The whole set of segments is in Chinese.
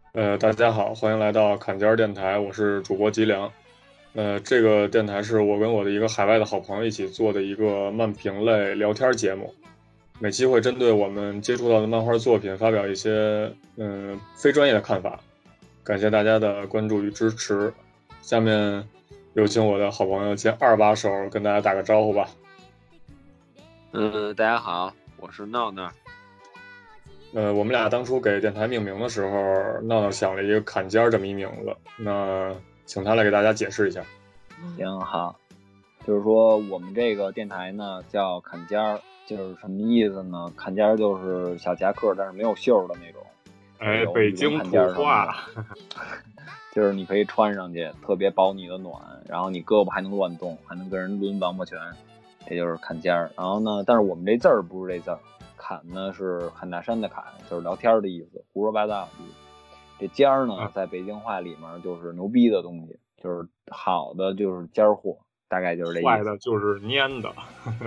大家好，欢迎来到坎肩儿电台，我是主播吉良。这个电台是我跟我的一个海外的好朋友一起做的一个漫评类聊天节目，每期会针对我们接触到的漫画作品发表一些非专业的看法，感谢大家的关注与支持。下面有请我的好朋友兼二把手跟大家打个招呼吧。 大家好，我是闹闹。 我们俩当初给电台命名的时候，闹闹想了一个坎肩儿这么一名字，那请他来给大家解释一下。 行好，就是说我们这个电台呢叫坎肩儿，就是什么意思呢？坎肩儿就是小夹克，但是没有袖的那种。 哎，北京土话， 就是你可以穿上去，特别保你的暖，然后你胳膊还能乱动，还能跟人抡王八拳，这就是坎肩儿。然后呢，但是我们这字儿不是这字儿，坎呢是侃大山的侃，就是聊天的意思，胡说八道的意思。这尖儿呢，在北京话里面就是牛逼的东西，就是好的就是尖儿货，大概就是这意思。 坏的就是蔫的。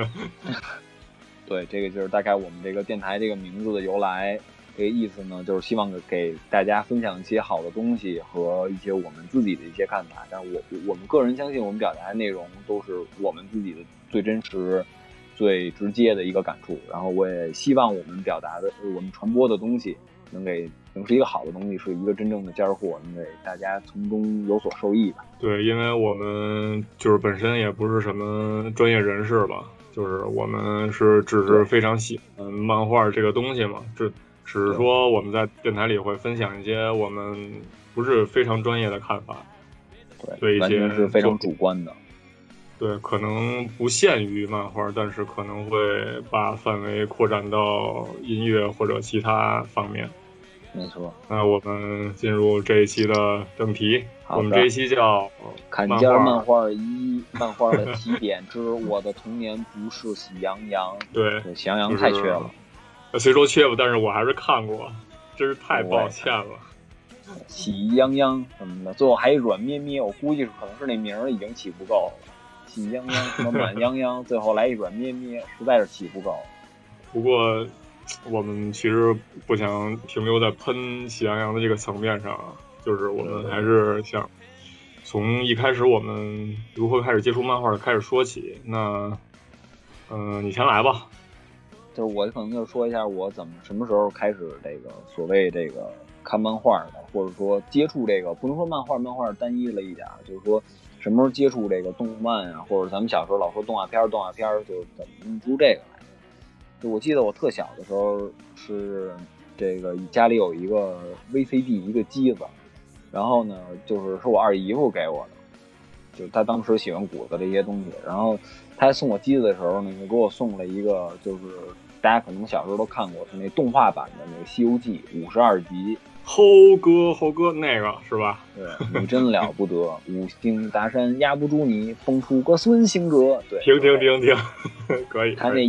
对，这个就是大概我们这个电台这个名字的由来。这个意思呢，就是希望给大家分享一些好的东西和一些我们自己的一些看法。但是我们个人相信，我们表达的内容都是我们自己的最真实、最直接的一个感触。然后我也希望我们表达的、我们传播的东西，能是一个好的东西，是一个真正的尖儿货，能给大家从中有所受益吧。 对，因为我们就是本身也不是什么专业人士吧，就是我们只是非常喜欢漫画这个东西嘛，只是说我们在电台里会分享一些我们不是非常专业的看法，对一些完全是非常主观的。 对，可能不限于漫画，但是可能会把范围扩展到音乐或者其他方面。 没错。 那我们进入这一期的正题，我们这一期叫坎肩漫画一，漫画的起点之我的童年不是喜羊羊。 对， 喜羊羊太缺了。 虽说缺吧，但是我还是看过，真是太抱歉了。 喜羊羊什么的，最后还软咩咩，我估计可能是那名已经起不够了。喜羊羊什么暖洋洋，最后来一软咩咩，实在是起不够。 不过我们其实不想停留在喷喜羊羊的这个层面上，就是我们还是想从一开始我们如何开始接触漫画的开始说起。那你先来吧。 就是我可能就说一下我什么时候开始这个所谓这个看漫画的，或者说接触这个，不能说漫画单一了一点，就是说什么时候接触这个动漫啊，或者咱们小时候老说动画片，就是怎么弄出这个来。就我记得我特小的时候是这个家里有一个 VCD 一个机子，然后呢就是我二姨夫给我的，就是他当时喜欢谷子这些东西，然后他送我机子的时候呢，就给我送了一个，就是大家可能小时候都看过，是那动画版的那个《西游记》52集。 猴哥那个是吧？ 对，你真了不得，五行大山压不住你，蹦出个孙行者。对， 停，可以。 他那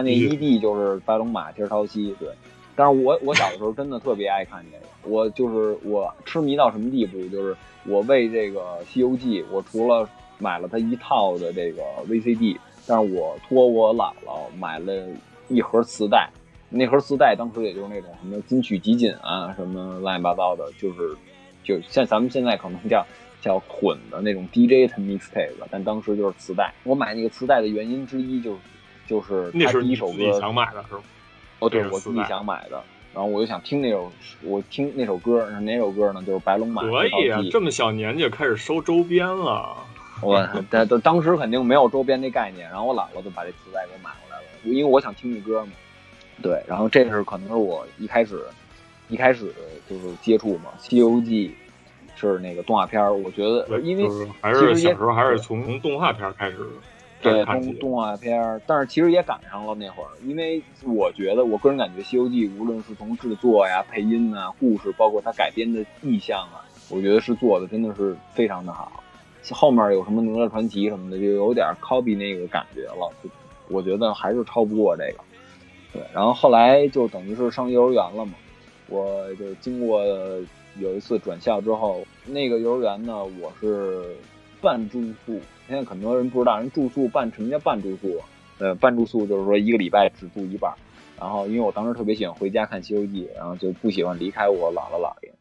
ED 就是白龙马蹄儿淘西。对，但是我小的时候真的特别爱看这个，我痴迷到什么地步，就是我为这个《西游记》，我除了买了他一套的这个 VCD， 但是我托我姥姥买了一盒磁带。那盒磁带当时也就是那种什么金曲集锦啊，什么乱七八糟的，就像咱们现在可能叫混的那种 DJ mixtape， 但当时就是磁带。我买那个磁带的原因之一就是他第一首歌， 那是你想买的是吗？ 哦，对，我自己想买的。然后我就想听我听那首歌，是哪首歌呢？就是白龙马。 可以啊，这么小年纪就开始收周边了。 但当时肯定没有周边这概念，然后我姥姥就把这磁带给买回来了，因为我想听那歌嘛。对，然后这是可能是我一开始就是接触嘛，《西游记》是那个动画片，我觉得因为还是小时候还是从动画片开始。 对，动画片，但是其实也赶上了那会儿，因为我觉得我个人感觉《西游记》无论是从制作呀、配音啊、故事，包括它改编的意象啊，我觉得是做的真的是非常的好。后面有什么哪吒传奇什么的，就有点 copy 那个感觉了，我觉得还是超不过这个。对，然后后来就等于是上幼儿园了嘛，我就经过有一次转校之后，那个幼儿园呢，我是半住宿。现在很多人不知道，人住宿什么叫半住宿？半住宿就是说一个礼拜只住一半。然后因为我当时特别喜欢回家看《西游记》，然后就不喜欢离开我姥姥姥爷。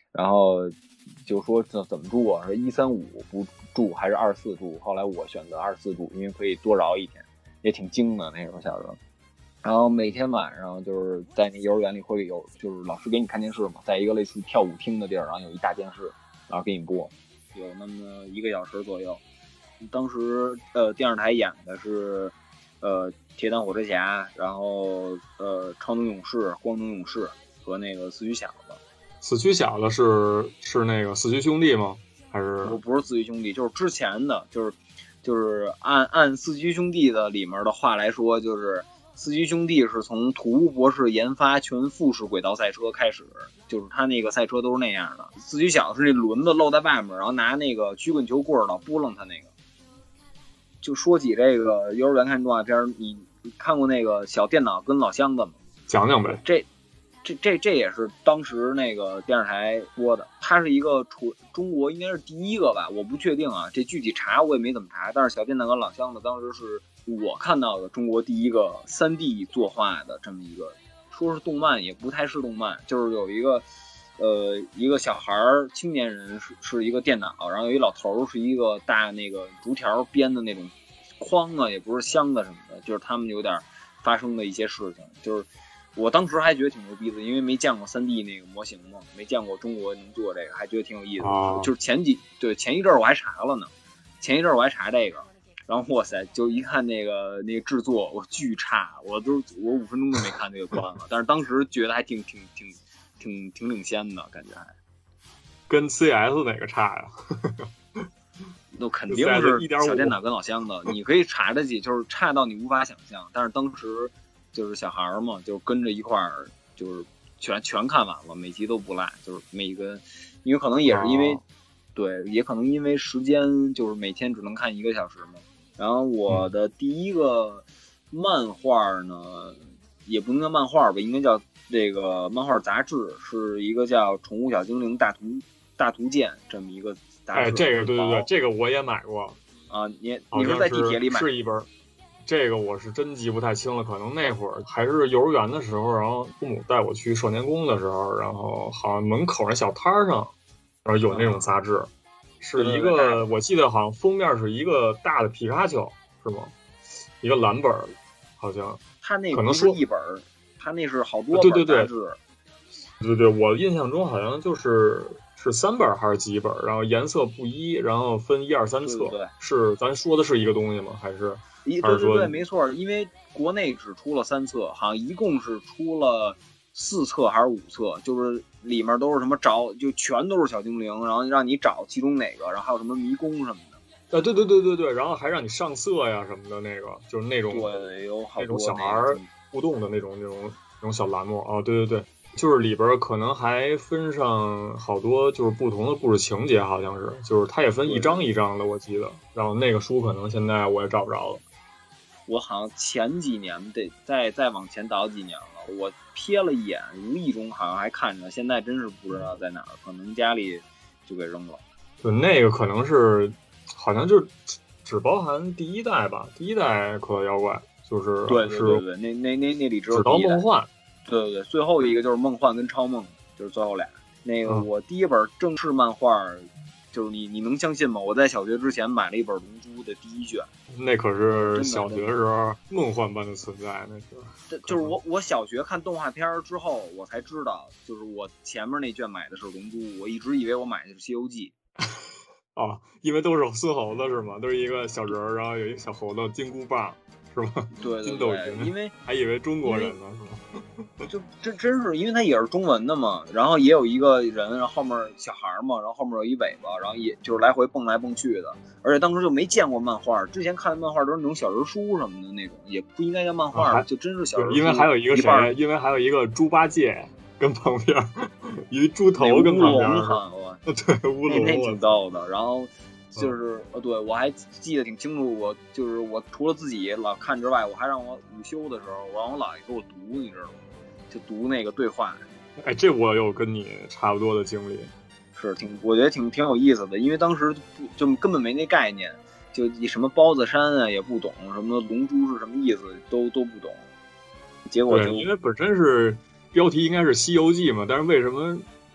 然后就说怎么住啊？说135不住还是24住？后来我选择24住，因为可以多饶一天，也挺精的那时候小时候。然后每天晚上就是在那幼儿园里会有，就是老师给你看电视嘛，在一个类似跳舞厅的地儿，然后有一大电视，然后给你播，有那么1个小时左右。当时电视台演的是铁胆火车侠，然后超能勇士、光能勇士和那个四驱小子。 四驱小子是那个四驱兄弟吗？还是不是四驱兄弟，就是之前的，就是按四驱兄弟的里面的话来说，就是四驱兄弟是从土屋博士研发全复式轨道赛车开始，就是他那个赛车都是那样的。四驱小子是那轮子露在外面，然后拿那个曲棍球棍老拨楞他那个。就说起这个幼儿园看动画片，你看过那个小电脑跟老箱子吗？ 讲讲呗。 这也是当时那个电视台播的，它是一个中国应该是第一个吧，我不确定啊，这具体查我也没怎么查，但是小电脑跟老箱子当时是我看到的中国第一个3D 作画的这么一个，说是动漫也不太是动漫，就是有一个小孩青年人是一个电脑，然后有一老头是一个大那个竹条编的那种筐啊，也不是箱子什么的，就是他们有点发生的一些事情，就是我当时还觉得挺牛逼的，因为没见过3D 那个模型嘛，没见过中国能做这个，还觉得挺有意思的。就是前一阵我还查了呢，前一阵我还查这个，然后哇塞，就一看那个制作，我巨差，我5分钟都没看这个关了，但是当时觉得还挺领先的感觉，还跟 CS 哪个差呀？ 那肯定是小电脑跟老箱子，你可以查得起，就是差到你无法想象。但是当时就是小孩嘛，就跟着一块儿，就是全看完了，每集都不落，就是每一个，因为可能也是因为，对，也可能因为时间就是每天只能看1个小时嘛。然后我的第一个漫画呢，也不能叫漫画吧，应该叫这个漫画杂志，是一个叫《宠物小精灵大图鉴》这么一个杂志。 这个对，这个我也买过啊。你是在地铁里买？ 是一本。这个我是真记不太清了，可能那会儿还是幼儿园的时候，然后父母带我去少年宫的时候，然后好像门口那小摊上，然后有那种杂志，是一个我记得好像封面是一个大的皮卡丘，是吗？一个蓝本，好像。 他那可能是一本，他那是好多本杂志。 对，我印象中好像是3本还是几本，然后颜色不一，然后分1、2、3册。 对， 是咱说的是一个东西吗？还是？ 对，没错，因为国内只出了3册，好像一共是出了4册还是5册，就是里面都是什么就全都是小精灵，然后让你找其中哪个，然后还有什么迷宫什么的。 对，然后还让你上色呀什么的，那个就是那种对，有好多那种小孩互动的那种小栏目啊，对，就是里边可能还分上好多就是不同的故事情节，好像是，就是它也分一章一章的，我记得。然后那个书可能现在我也找不着了。 我好像前几年得再往前倒几年了，我瞥了一眼，无意中好像还看着，现在真是不知道在哪儿，可能家里就给扔了。 对，那个可能是好像就只包含第1代吧，第1代可乐妖怪就是对，那里只有到梦幻。 对，最后一个就是梦幻跟超梦，就是最后俩。那个我第一本正式漫画，就是你能相信吗？我在小学之前买了一本《龙珠》的第1卷， 那可是小学时候梦幻般的存在，那是。 就是我小学看动画片之后，我才知道，就是我前面那卷买的是《龙珠》，我一直以为我买的是《西游记》。 哦，因为都是孙猴子是吗？都是一个小人儿，然后有一个小猴子金箍棒。是吗？ 对， 筋斗云， 因为还以为中国人呢，是吗？就真是，因为他也是中文的嘛，然后也有一个人，然后后面小孩嘛，然后后面有一尾巴，然后也就是来回蹦来蹦去的，而且当时就没见过漫画，之前看的漫画都是那种小人书什么的那种，也不应该叫漫画，就真是小人书。 因为还有一个谁？因为还有一个猪八戒跟旁边一猪头跟旁边，对，乌龙， 那挺逗的，然后。就是对，我还记得挺清楚，我除了自己老看之外，我还让我午休的时候，我让我姥爷给我读，你知道吗？就读那个对话。 哎，这我有跟你差不多的经历， 是我觉得挺有意思的，因为当时就根本没那概念，就什么包子山啊也不懂，什么龙珠是什么意思都不懂，结果就因为本身是标题应该是《西游记》嘛，但是为什么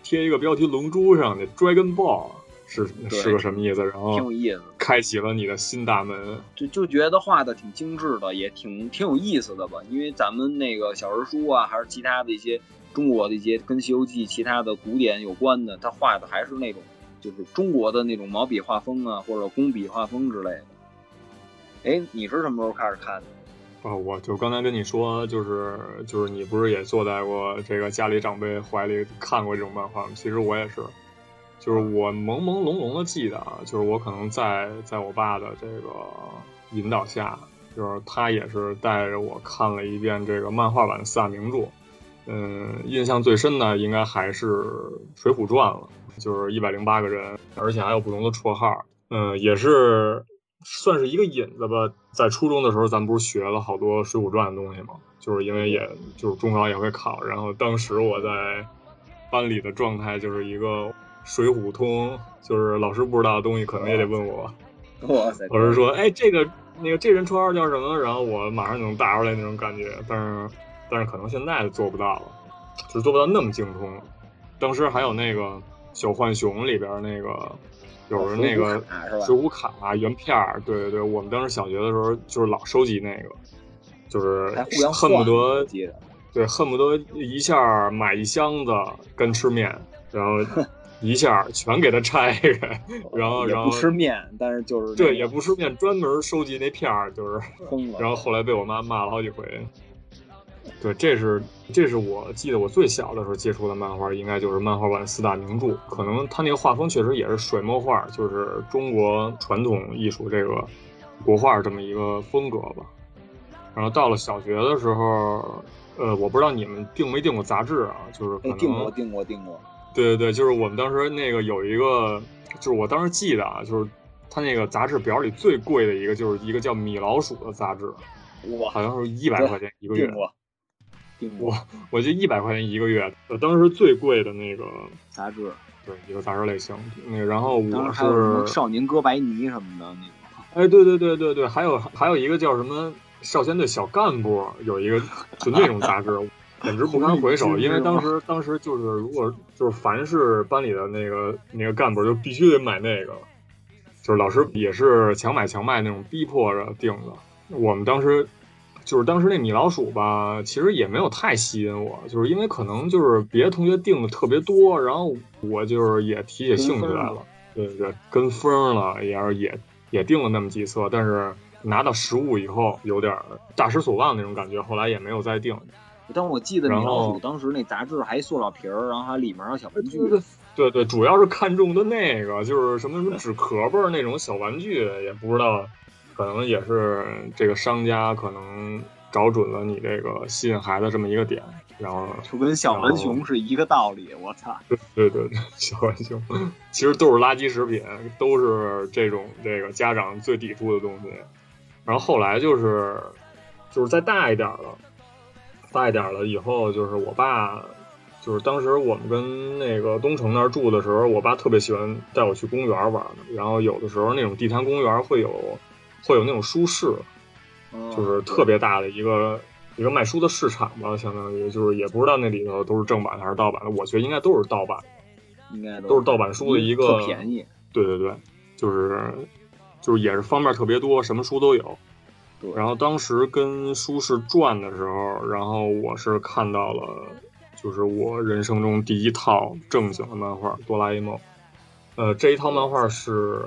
贴一个标题龙珠上的 Dragon Ball 是个什么意思？然后挺有意思， 开启了你的新大门。 就觉得画的挺精致的，也挺有意思的吧。因为咱们那个小人书啊，还是其他的一些中国的一些跟《西游记》其他的古典有关的，他画的还是那种就是中国的那种毛笔画风啊，或者工笔画风之类的。哎，你是什么时候开始看的？ 我就刚才跟你说，就是你不是也坐在过这个家里长辈怀里看过这种漫画吗？其实我也是，就是我朦朦胧胧的记得啊，就是我可能在我爸的这个引导下，就是他也是带着我看了一遍这个漫画版的四大名著。印象最深的应该还是《水浒传》了，就是108个人，而且还有不同的绰号。也是算是一个引子吧。在初中的时候，咱不是学了好多《水浒传》的东西吗？就是因为也就是中考也会考，然后当时我在班里的状态就是一个水浒通，就是老师不知道的东西可能也得问我。 哇塞！ 老师说，哎，这人绰号叫什么？然后我马上就能答出来那种感觉。但是可能现在做不到了，就是做不到那么精通。当时还有那个小浣熊里边那个有人那个水浒卡原片儿，对，我们当时小学的时候就是老收集那个，就是恨不得一下买一箱子干吃面，然后一下全给它拆开，然后不吃面，但是就是对也不吃面，专门收集那片儿，就是疯了。 然后后来被我妈骂了好几回。对，这是我记得我最小的时候接触的漫画，应该就是漫画版四大名著。可能他那个画风确实也是水墨画，就是中国传统艺术这个国画这么一个风格吧。然后到了小学的时候，我不知道你们订没订过杂志啊？就是可能订过。 对，就是我们当时那个有一个，就是我当时记得啊，就是他那个杂志表里最贵的一个就是一个叫米老鼠的杂志， 哇， 好像是100块钱一个月。 订过， 我就100块钱一个月，当时最贵的那个杂志， 对，一个杂志类型。那个，然后我是 《少年哥白尼》什么的那个。哎，对，还有一个叫什么少先队小干部，有一个就那种杂志，简直不堪回首。因为当时就是如果就是凡是班里的那个干部就必须得买那个，就是老师也是强买强卖那种逼迫着订的。我们当时那米老鼠吧，其实也没有太吸引我，就是因为可能就是别的同学订的特别多，然后我就是也提起兴趣来了，对，跟风了，也订了那么几册，但是拿到实物以后有点大失所望那种感觉，后来也没有再订。 但我记得米老鼠当时那杂志还塑料皮儿，然后还里面有小玩具。 对，主要是看中的那个就是什么纸壳儿那种小玩具，也不知道。可能也是这个商家可能找准了你这个吸引孩子这么一个点，然后就跟小浣熊是一个道理。我操！ 对，小浣熊其实都是垃圾食品，都是这个家长最抵触的东西。然后后来就是再大一点了以后，就是我爸，就是当时我们跟那个东城那儿住的时候，我爸特别喜欢带我去公园玩的，然后有的时候那种地坛公园会有那种书市，就是特别大的一个卖书的市场吧，相当于就是也不知道那里头都是正版还是盗版的，我觉得应该都是盗版， 应该都是盗版书的一个， 特便宜。 对，就是也是方面特别多，什么书都有。然后当时跟书市转的时候，然后我是看到了，就是我人生中第一套正经的漫画《哆啦 A 梦》。这一套漫画是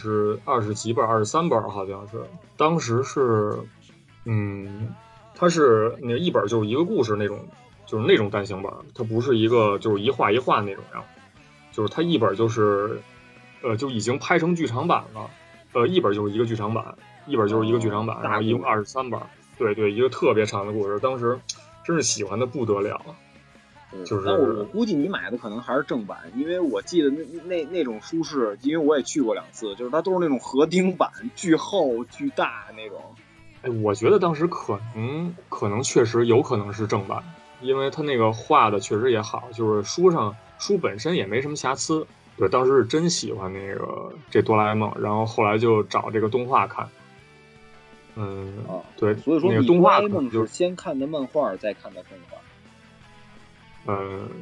20几本，23本好像是。当时是，它是那一本就是一个故事那种，就是那种单行本，它不是一个就是一画一画那种样，就是它一本就是，就已经拍成剧场版了。一本就是一个剧场版，然后一共23本，对，一个特别长的故事。当时真是喜欢的不得了。就是， 但我估计你买的可能还是正版，因为我记得那种书市，因为我也去过2次，就是它都是那种合订版，巨厚巨大那种。 哎，我觉得当时可能确实有可能是正版，因为它那个画的确实也好，就是书本身也没什么瑕疵。对，当时是真喜欢这哆啦 A 梦，然后后来就找这个动画看。对， 所以说那个动画哆啦 A 梦是先看的漫画，再看的动画。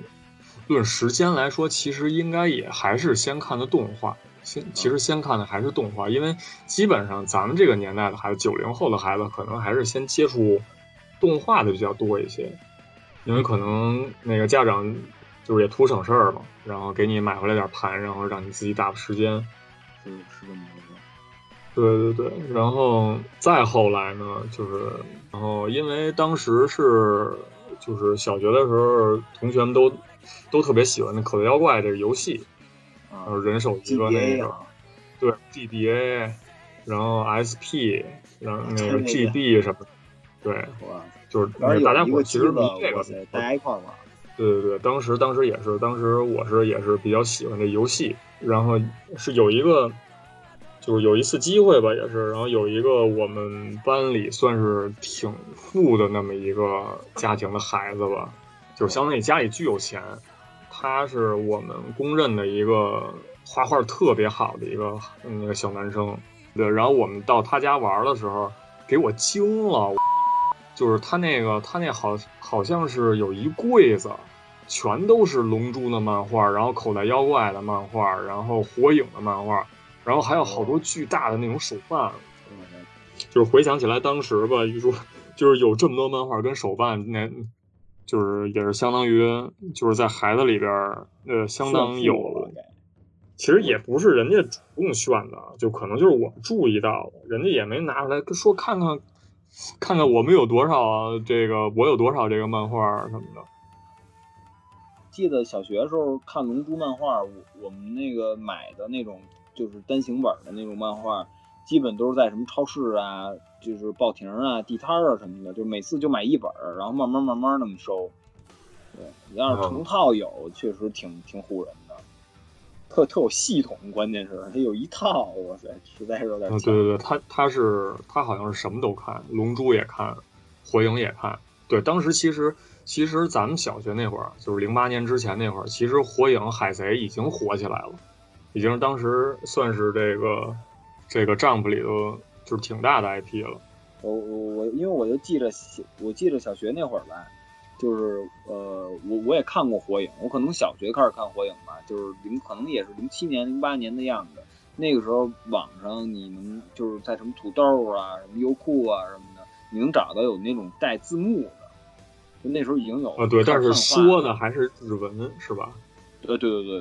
论时间来说，其实应该也还是先看的动画。其实先看的还是动画，因为基本上咱们这个年代的孩子，90后的孩子，可能还是先接触动画的比较多一些，因为可能那个家长就是也图省事儿嘛，然后给你买回来点盘，然后让你自己打发时间。 是这么回事。 对对对，然后再后来呢，然后因为当时就是小学的时候，同学们都特别喜欢那口袋妖怪这个游戏。然后人手一个那个，对 GBA， 然后 SP， 然后那个 GB 什么的，对，就是大家伙其实迷这个， 大家一块玩。 对对对，当时也是，当时我也是比较喜欢这游戏，然后是有一个，就是有一次机会吧，也是，然后有一个我们班里算是挺富的那么一个家庭的孩子吧，就是相当于家里巨有钱。他是我们公认的一个画画特别好的一个那个小男生，对。然后我们到他家玩的时候，给我惊了，就是他那好像是有一柜子，全都是龙珠的漫画，然后口袋妖怪的漫画，然后火影的漫画，然后还有好多巨大的那种手办。就是回想起来当时吧，就是有这么多漫画跟手办那。就是也是相当于就是在孩子里边相当有，其实也不是人家主动炫的，就可能就是我们注意到了，人家也没拿出来说看看我们有多少我有多少这个漫画什么的。 记得小学的时候看龙珠漫画，我们那个买的那种就是单行本的那种漫画，基本都是在什么超市啊，就是报亭啊、地摊啊什么的，就每次就买一本，然后慢慢那么收。对，要是成套有，确实挺唬人的，特有系统，关键是它有一套，哇塞，实在是有点。 对对对，他好像是什么都看，龙珠也看，火影也看。对，当时其实咱们小学那会儿，就是08年之前那会儿，其实火影、海贼已经火起来了，已经当时算是这个 Jump 里头就是挺大的 IP 了。 因为我记着小学那会儿吧，就是我也看过火影，我可能小学开始看火影吧，就是可能也是07年、08年的样子。那个时候网上你能就是在什么土豆啊、什么优酷啊什么的，你能找到有那种带字幕的，就那时候已经有对，但是说的还是日文是吧？ 对，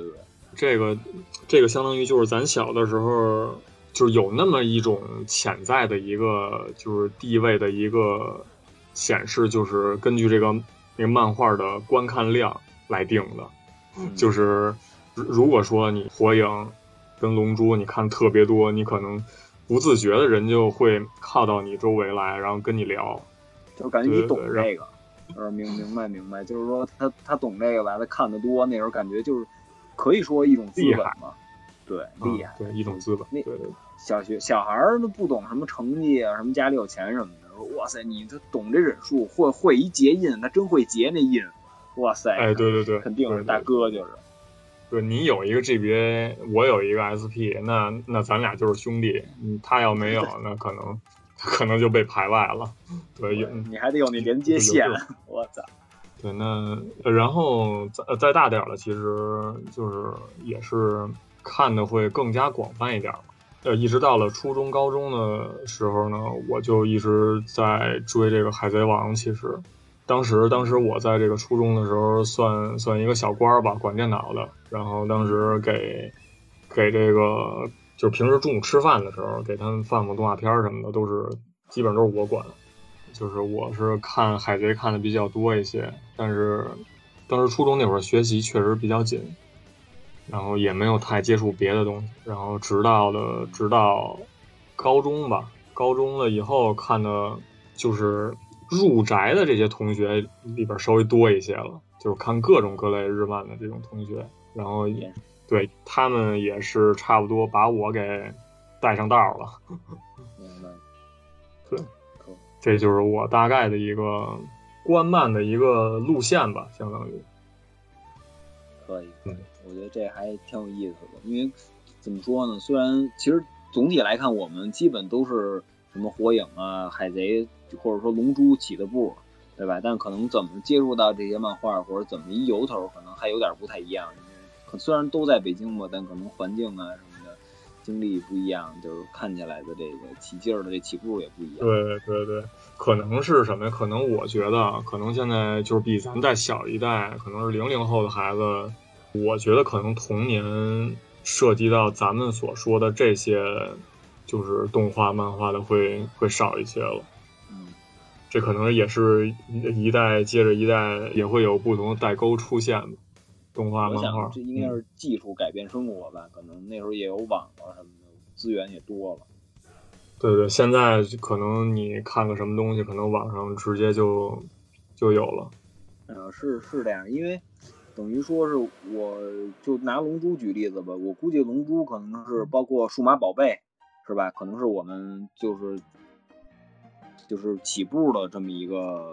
这个相当于就是咱小的时候就是有那么一种潜在的一个就是地位的一个显示，就是根据那个漫画的观看量来定的。就是如果说你火影跟龙珠你看特别多，你可能不自觉的人就会靠到你周围来，然后跟你聊， 就感觉你懂这个。明白，就是说他懂这个吧，他看得多，那时候感觉就是可以说一种资本嘛，对，厉害， 对，一种资本。对， 小孩都不懂什么成绩啊，什么家里有钱什么的，说哇塞，你这懂这忍术，会一结印，他真会结那印，哇塞， 哎，对， 肯定是大哥，就是。 对，你有一个 GBA， 我有一个 SP， 那咱俩就是兄弟。他要没有，那可能就被排外了。对， 你还得有那连接线，我操。 对，那然后再大点了，其实就是也是看的会更加广泛一点嘛。一直到了初中、高中的时候呢，我就一直在追这个《海贼王》。其实，当时我在这个初中的时候算一个小官吧，管电脑的。然后当时给这个就是平时中午吃饭的时候，给他们放动画片什么的，基本都是我管。就是我是看海贼看的比较多一些，但是当时初中那会儿学习确实比较紧，然后也没有太接触别的东西，然后直到高中吧，高中了以后看的就是入宅的这些同学里边稍微多一些了，就是看各种各类日漫的这种同学，然后对他们也是差不多把我给带上道了。对。这就是我大概的一个观漫的一个路线吧，相当于。 可以，我觉得这还挺有意思的，因为怎么说呢？虽然其实总体来看，我们基本都是什么火影啊、海贼或者说龙珠起的步， 对吧？但可能怎么接触到这些漫画，或者怎么一由头，可能还有点不太一样。虽然都在北京吧，但可能环境啊什么的经历不一样，就是看起来的这个起劲儿的这起步也不一样。 对对对，可能是什么呀？可能我觉得，可能现在就是比咱再小一代，可能是00后的孩子，我觉得可能童年涉及到咱们所说的这些，就是动画、漫画的会少一些了。这可能也是一代接着一代，也会有不同的代沟出现的。动画、漫画， 我想这应该是技术改变生活吧，可能那时候也有网络什么的，资源也多了。 对对，现在可能你看个什么东西，可能网上直接就有了。 是这样，因为等于说是我就拿龙珠举例子吧，我估计龙珠可能是包括数码宝贝，是吧？可能是我们就是起步的这么一个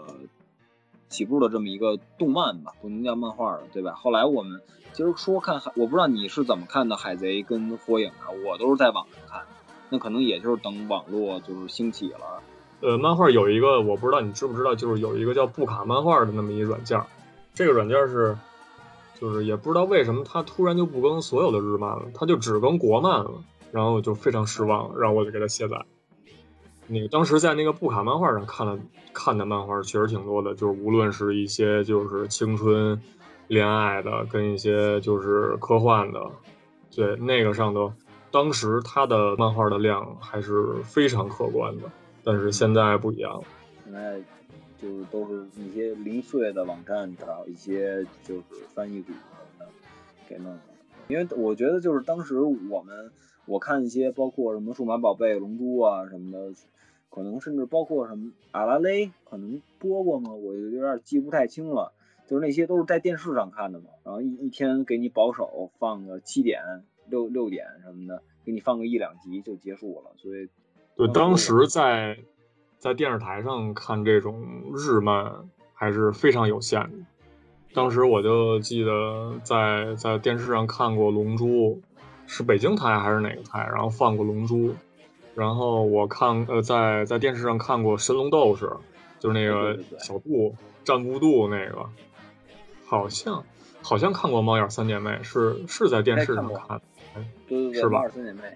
动漫吧，不能叫漫画了，对吧？后来我们其实说看，我不知道你是怎么看的海贼跟火影啊，我都是在网上看，那可能也就是等网络就是兴起了。 漫画有一个我不知道你知不知道，就是有一个叫布卡漫画的那么一软件，这个软件就是也不知道为什么它突然就不更所有的日漫了，它就只更国漫了，然后就非常失望，让我就给它卸载。那个当时在那个布卡漫画上看的漫画确实挺多的，就是无论是一些就是青春恋爱的，跟一些就是科幻的，对那个上头，当时它的漫画的量还是非常可观的，但是现在不一样了。 现在就是都是一些零碎的网站找一些就是翻译组的给弄了，因为我觉得就是当时我看一些包括什么数码宝贝、龙珠啊什么的，可能甚至包括什么阿拉蕾，可能播过吗？我有点记不太清了。就是那些都是在电视上看的嘛，然后一天给你保守放个7点、6点什么的，给你放个1-2集就结束了。所以对，当时在电视台上看这种日漫还是非常有限的。当时我就记得在电视上看过《龙珠》，是北京台还是哪个台？然后放过《龙珠》，然后我在电视上看过《神龙斗士》，就是那个小度战不度那个，好像看过《猫眼三姐妹》，是在电视上看， 对， 是吧？ 猫眼三姐妹。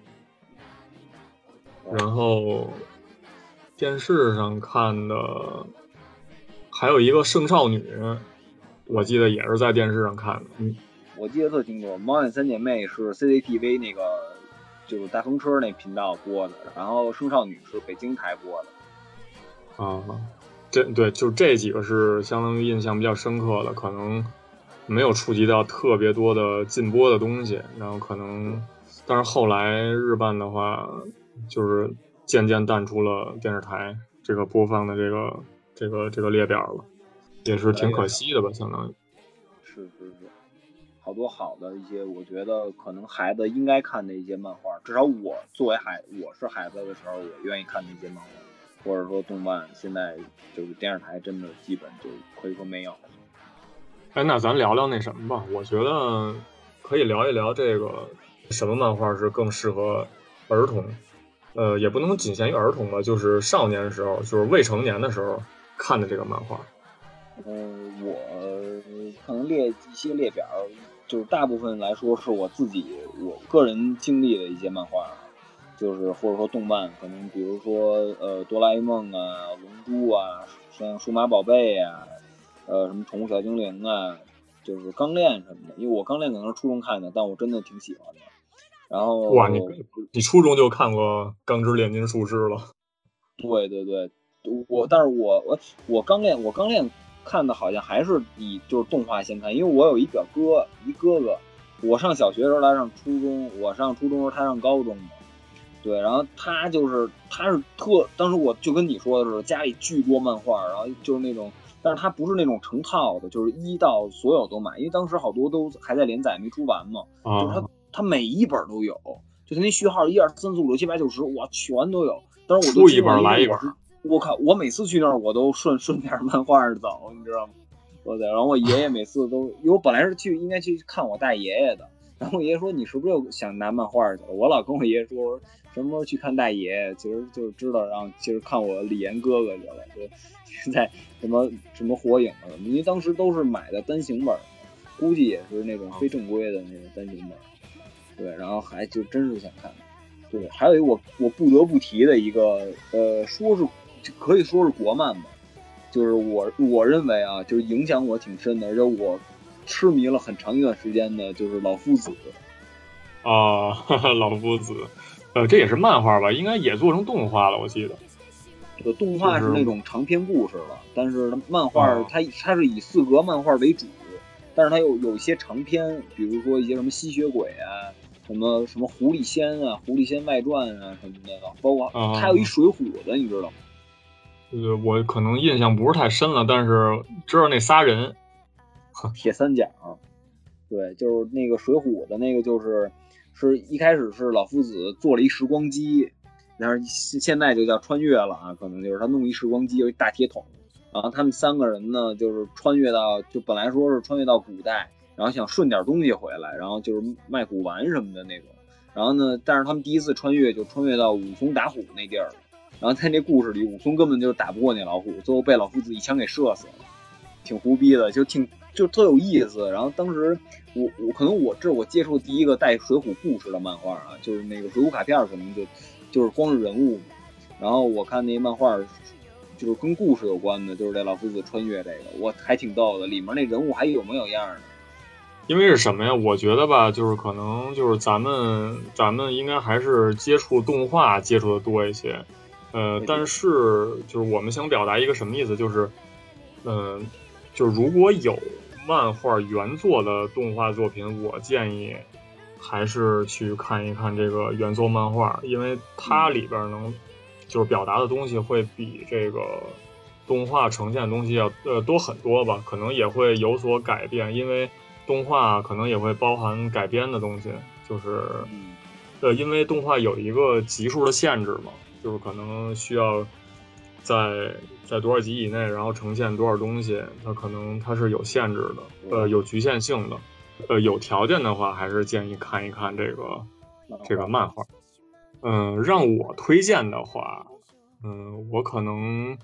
然后电视上看的还有一个圣少女，我记得也是在电视上看的。 我记得特清楚，猫眼三姐妹是 CCTV 那个就是大风车那频道播的，然后圣少女是北京台播的。 啊，对，就这几个是相当于印象比较深刻的，可能没有触及到特别多的禁播的东西，然后可能，但是后来日漫的话，就是渐渐淡出了电视台这个播放的这个列表了，也是挺可惜的吧，相当于。 是，好多好的一些，我觉得可能孩子应该看的一些漫画，至少我是孩子的时候，我愿意看的一些漫画，或者说动漫，现在就是电视台真的基本就可以说没有。 哎，那咱聊聊那什么吧，我觉得可以聊一聊这个什么漫画是更适合儿童，也不能仅限于儿童吧，就是少年时候，就是未成年的时候看的这个漫画。 我可能列一些列表，就是大部分来说是我个人经历的一些漫画，就是或者说动漫，可能比如说哆啦 A 梦啊、龙珠啊，像数码宝贝啊，什么宠物小精灵啊，就是钢炼什么的。因为我钢炼可能是初中看的，但我真的挺喜欢的。然后哇，你初中就看过《钢之炼金术师》了？ 对，但是我钢炼看的好像还是以就是动画先看，因为我有一哥哥，我上小学的时候他上初中，我上初中的时候他上高中嘛。对，然后他是当时我就跟你说的是家里巨多漫画，然后就是那种，但是他不是那种成套的，就是1到所有都买，因为当时好多都还在连载没出完嘛，就是他每一本都有，就是那序号1、2、3、4、5、6、7、8、9、10，哇，全都有。但是我出一本来一本， 我靠，我每次去那儿我都顺点漫画走，你知道吗？然后我爷爷每次都，因为我本来是应该去看我大爷爷的， 然后我爷爷说你是不是又想拿漫画去了？我老跟我爷爷说什么时候去看大爷，其实就是知道让其实看我李岩哥哥去了，就在什么火影什么，因为当时都是买的单行本，估计也是那种非正规的那种单行本。对，然后还就真是想看。对，还有一个我不得不提的一个说是可以说是国漫吧，就是我认为啊，就是影响我挺深的，而且我痴迷了很长一段时间的，就是老夫子。 啊，老夫子，这也是漫画吧？应该也做成动画了，我记得。 动画是那种长篇故事了，但是漫画它是以4格漫画为主，但是它有一些长篇，比如说一些什么吸血鬼啊，什么狐狸仙啊、狐狸仙外传啊什么的，包括还有一水浒的，你知道吗？ 我可能印象不是太深了，但是知道那仨人， 铁三角，对，就是那个水浒的那个，是一开始是老夫子做了一时光机，但是现在就叫穿越了啊，可能就是他弄一时光机，有一大铁桶，然后他们3个人呢，就是穿越到，就本来说是穿越到古代，然后想顺点东西回来，然后就是卖古玩什么的那种，然后呢，但是他们第一次穿越就穿越到武松打虎那地儿了，然后在这故事里，武松根本就打不过那老虎，最后被老夫子一枪给射死了，挺胡逼的，就特有意思。然后当时我可能这是我接触第一个带水浒故事的漫画啊，就是那个水浒卡片，可能就是光是人物，然后我看那漫画就是跟故事有关的，就是这老夫子穿越这个，我还挺逗的，里面那人物还有模有样的。 因为是什么呀？我觉得吧，就是可能就是咱们应该还是接触动画接触的多一些，但是就是我们想表达一个什么意思，就是，就是如果有漫画原作的动画作品，我建议还是去看一看这个原作漫画，因为它里边能就是表达的东西会比这个动画呈现的东西要多很多吧，可能也会有所改变，因为动画可能也会包含改编的东西，就是因为动画有一个集数的限制嘛，就是可能需要在多少集以内，然后呈现多少东西，它是有限制的，有局限性的，有条件的话，还是建议看一看这个漫画。让我推荐的话，我可能，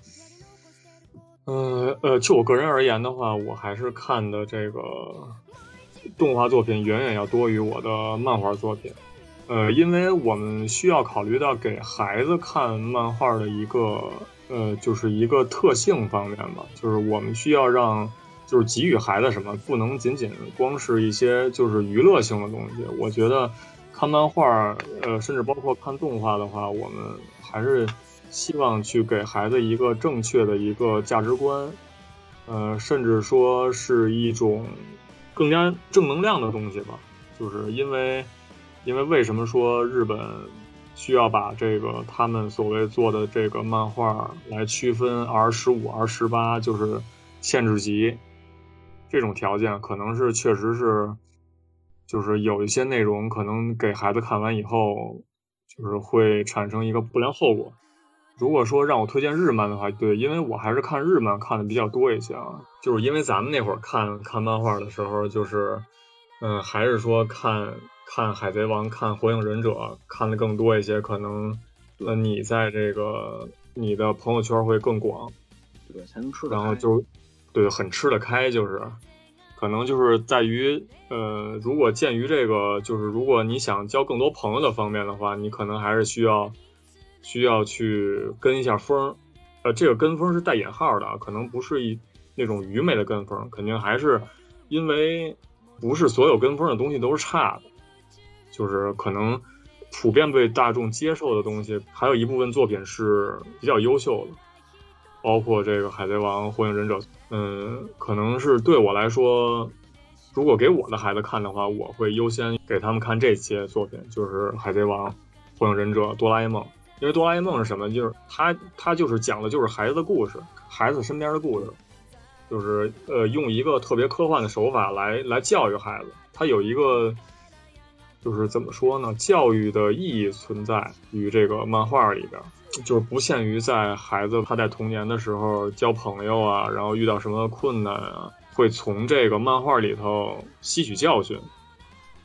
就我个人而言的话，我还是看的这个动画作品远远要多于我的漫画作品。因为我们需要考虑到给孩子看漫画的一个就是一个特性方面吧，就是我们需要就是给予孩子什么，不能仅仅光是一些就是娱乐性的东西。我觉得看漫画，甚至包括看动画的话，我们还是希望去给孩子一个正确的一个价值观，甚至说是一种更加正能量的东西吧。就是因为为什么说日本需要把这个他们所谓做的这个漫画来区分 R15、R18，就是限制级这种条件，可能是确实是，就是有一些内容可能给孩子看完以后，就是会产生一个不良后果。如果说让我推荐日漫的话，对，因为我还是看日漫看的比较多一些啊，就是因为咱们那会儿看漫画的时候，就是还是说看海贼王、看火影忍者看的更多一些，可能你在这个你的朋友圈会更广， 对，才能吃得开， 然后就对很吃得开，就是可能就是在于如果鉴于这个，就是如果你想交更多朋友的方面的话，你可能还是需要去跟一下风，这个跟风是带引号的啊，可能不是那种愚昧的跟风，肯定还是因为不是所有跟风的东西都是差的，就是可能普遍被大众接受的东西，还有一部分作品是比较优秀的，包括这个海贼王、火影忍者，可能是对我来说，如果给我的孩子看的话，我会优先给他们看这些作品，就是海贼王、火影忍者、哆啦 A 梦。因为哆啦 A 梦是什么？就是他就是讲的就是孩子的故事，孩子身边的故事，就是用一个特别科幻的手法来教育孩子。他有一个就是怎么说呢？教育的意义存在于这个漫画里边，就是不限于在孩子他在童年的时候交朋友啊，然后遇到什么困难啊，会从这个漫画里头吸取教训。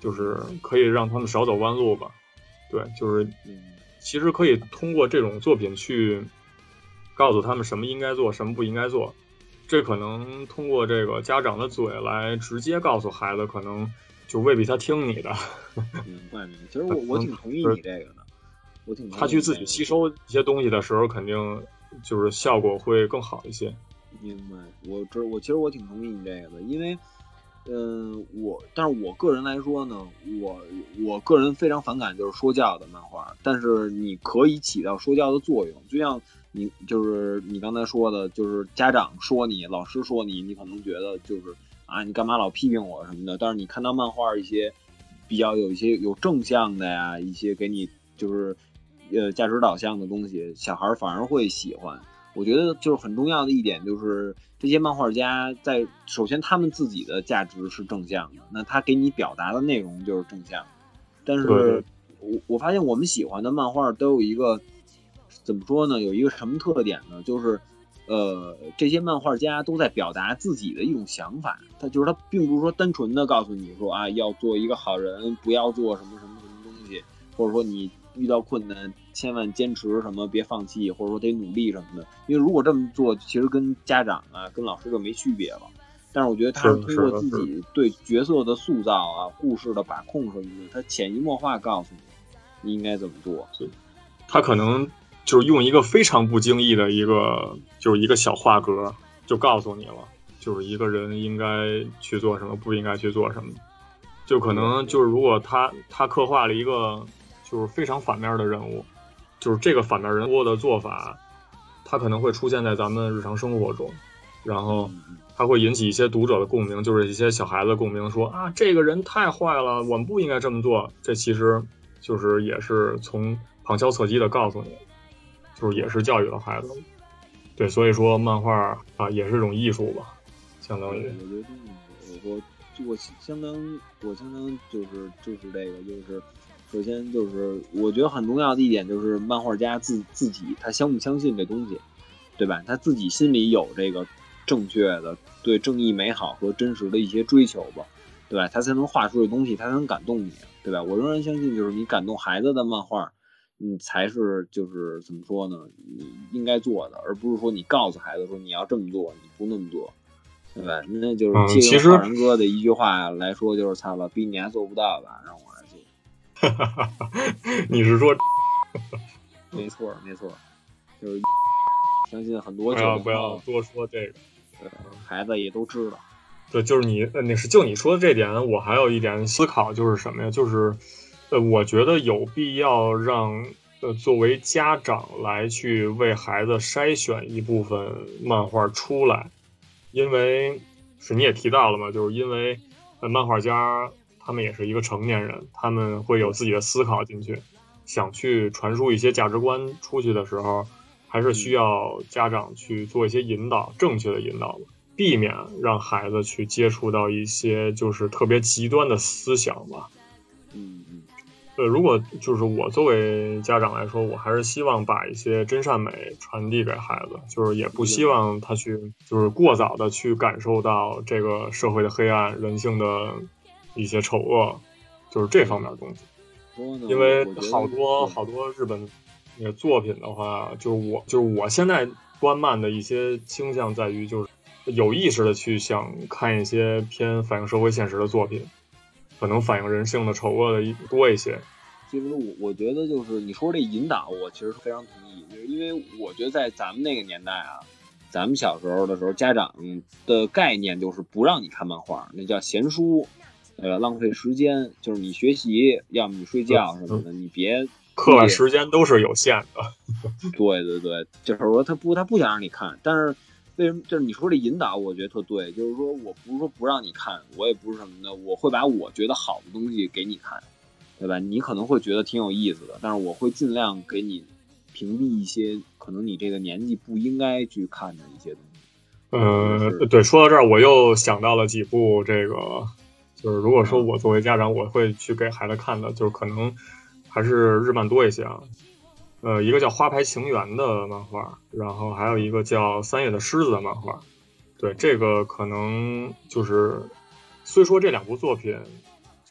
就是可以让他们少走弯路吧。对，就是其实可以通过这种作品去告诉他们什么应该做，什么不应该做。这可能通过这个家长的嘴来直接告诉孩子，可能就未必他听你的。 明白。其实我挺同意你这个的，我挺同意他去自己吸收一些东西的时候，肯定就是效果会更好一些。 明白，其实我挺同意你这个的，因为，但是我个人来说呢，我个人非常反感就是说教的漫画，但是你可以起到说教的作用，就像就是你刚才说的，就是家长说你，老师说你，你可能觉得就是啊，你干嘛老批评我什么的，但是你看到漫画一些比较有一些有正向的呀，一些给你就是价值导向的东西，小孩反而会喜欢。我觉得就是很重要的一点，就是这些漫画家在首先他们自己的价值是正向的，那他给你表达的内容就是正向。但是我发现我们喜欢的漫画都有一个怎么说呢？有一个什么特点呢？就是这些漫画家都在表达自己的一种想法，他并不是说单纯的告诉你说啊要做一个好人，不要做什么什么什么东西，或者说你遇到困难千万坚持什么，别放弃，或者说得努力什么的。因为如果这么做，其实跟家长啊、跟老师就没区别了。但是我觉得他是通过自己对角色的塑造啊、故事的把控什么的，他潜移默化告诉你应该怎么做。 他可能就是用一个非常不经意的一个小画格，就告诉你了，就是一个人应该去做什么，不应该去做什么。就可能就是如果他刻画了一个就是非常反面的人物，就是这个反面人物的做法，他可能会出现在咱们日常生活中，然后他会引起一些读者的共鸣，就是一些小孩子的共鸣，说啊这个人太坏了，我们不应该这么做。这其实就是也是从旁敲侧击的告诉你，就是也是教育了孩子。对，所以说漫画啊也是一种艺术吧，相当于。 我相当就是这个就是首先就是我觉得很重要的一点就是漫画家自己他相不相信这东西，对吧？他自己心里有这个正确的对正义美好和真实的一些追求吧，对吧？他才能画出的东西，他才能感动你，对吧？我仍然相信就是你感动孩子的漫画，才是就是怎么说呢？你应该做的，而不是说你告诉孩子说你要这么做，你不那么做。对吧？那就是借用浩然哥的一句话来说，就是操了，比你还做不到吧？让我来做。 你是说？ 没错，就是相信很多不要多说这个， 孩子也都知道。 对，就是你说的这点，我还有一点思考，就是什么呀？就是我觉得有必要让作为家长来去为孩子筛选一部分漫画出来。因为是你也提到了嘛，就是因为漫画家他们也是一个成年人，他们会有自己的思考进去，想去传输一些价值观出去的时候，还是需要家长去做一些引导，正确的引导，避免让孩子去接触到一些就是特别极端的思想吧。如果就是我作为家长来说，我还是希望把一些真善美传递给孩子，就是也不希望他去就是过早的去感受到这个社会的黑暗、人性的一些丑恶，就是这方面的东西。因为好多日本那个作品的话，就是我现在观漫的一些倾向在于，就是有意识的去想看一些偏反映社会现实的作品。可能反映人性的丑恶的多一些。 其实我觉得就是你说这引导，我其实非常同意，就是因为我觉得在咱们那个年代啊，咱们小时候的时候，家长的概念就是不让你看漫画，那叫闲书，浪费时间，就是你学习，要么你睡觉什么的，你别课外时间都是有限的。 对，就是说他不想让你看，但是。为什么？就是你说这引导，我觉得特对。就是说我不是说不让你看，我也不是什么的，我会把我觉得好的东西给你看，对吧？你可能会觉得挺有意思的，但是我会尽量给你屏蔽一些可能你这个年纪不应该去看的一些东西。 对，说到这儿，我又想到了几部这个，就是如果说我作为家长，我会去给孩子看的，就是可能还是日漫多一些啊。一个叫《花牌情缘》的漫画，然后还有一个叫《三月的狮子》的漫画。对，这个可能就是，虽说这两部作品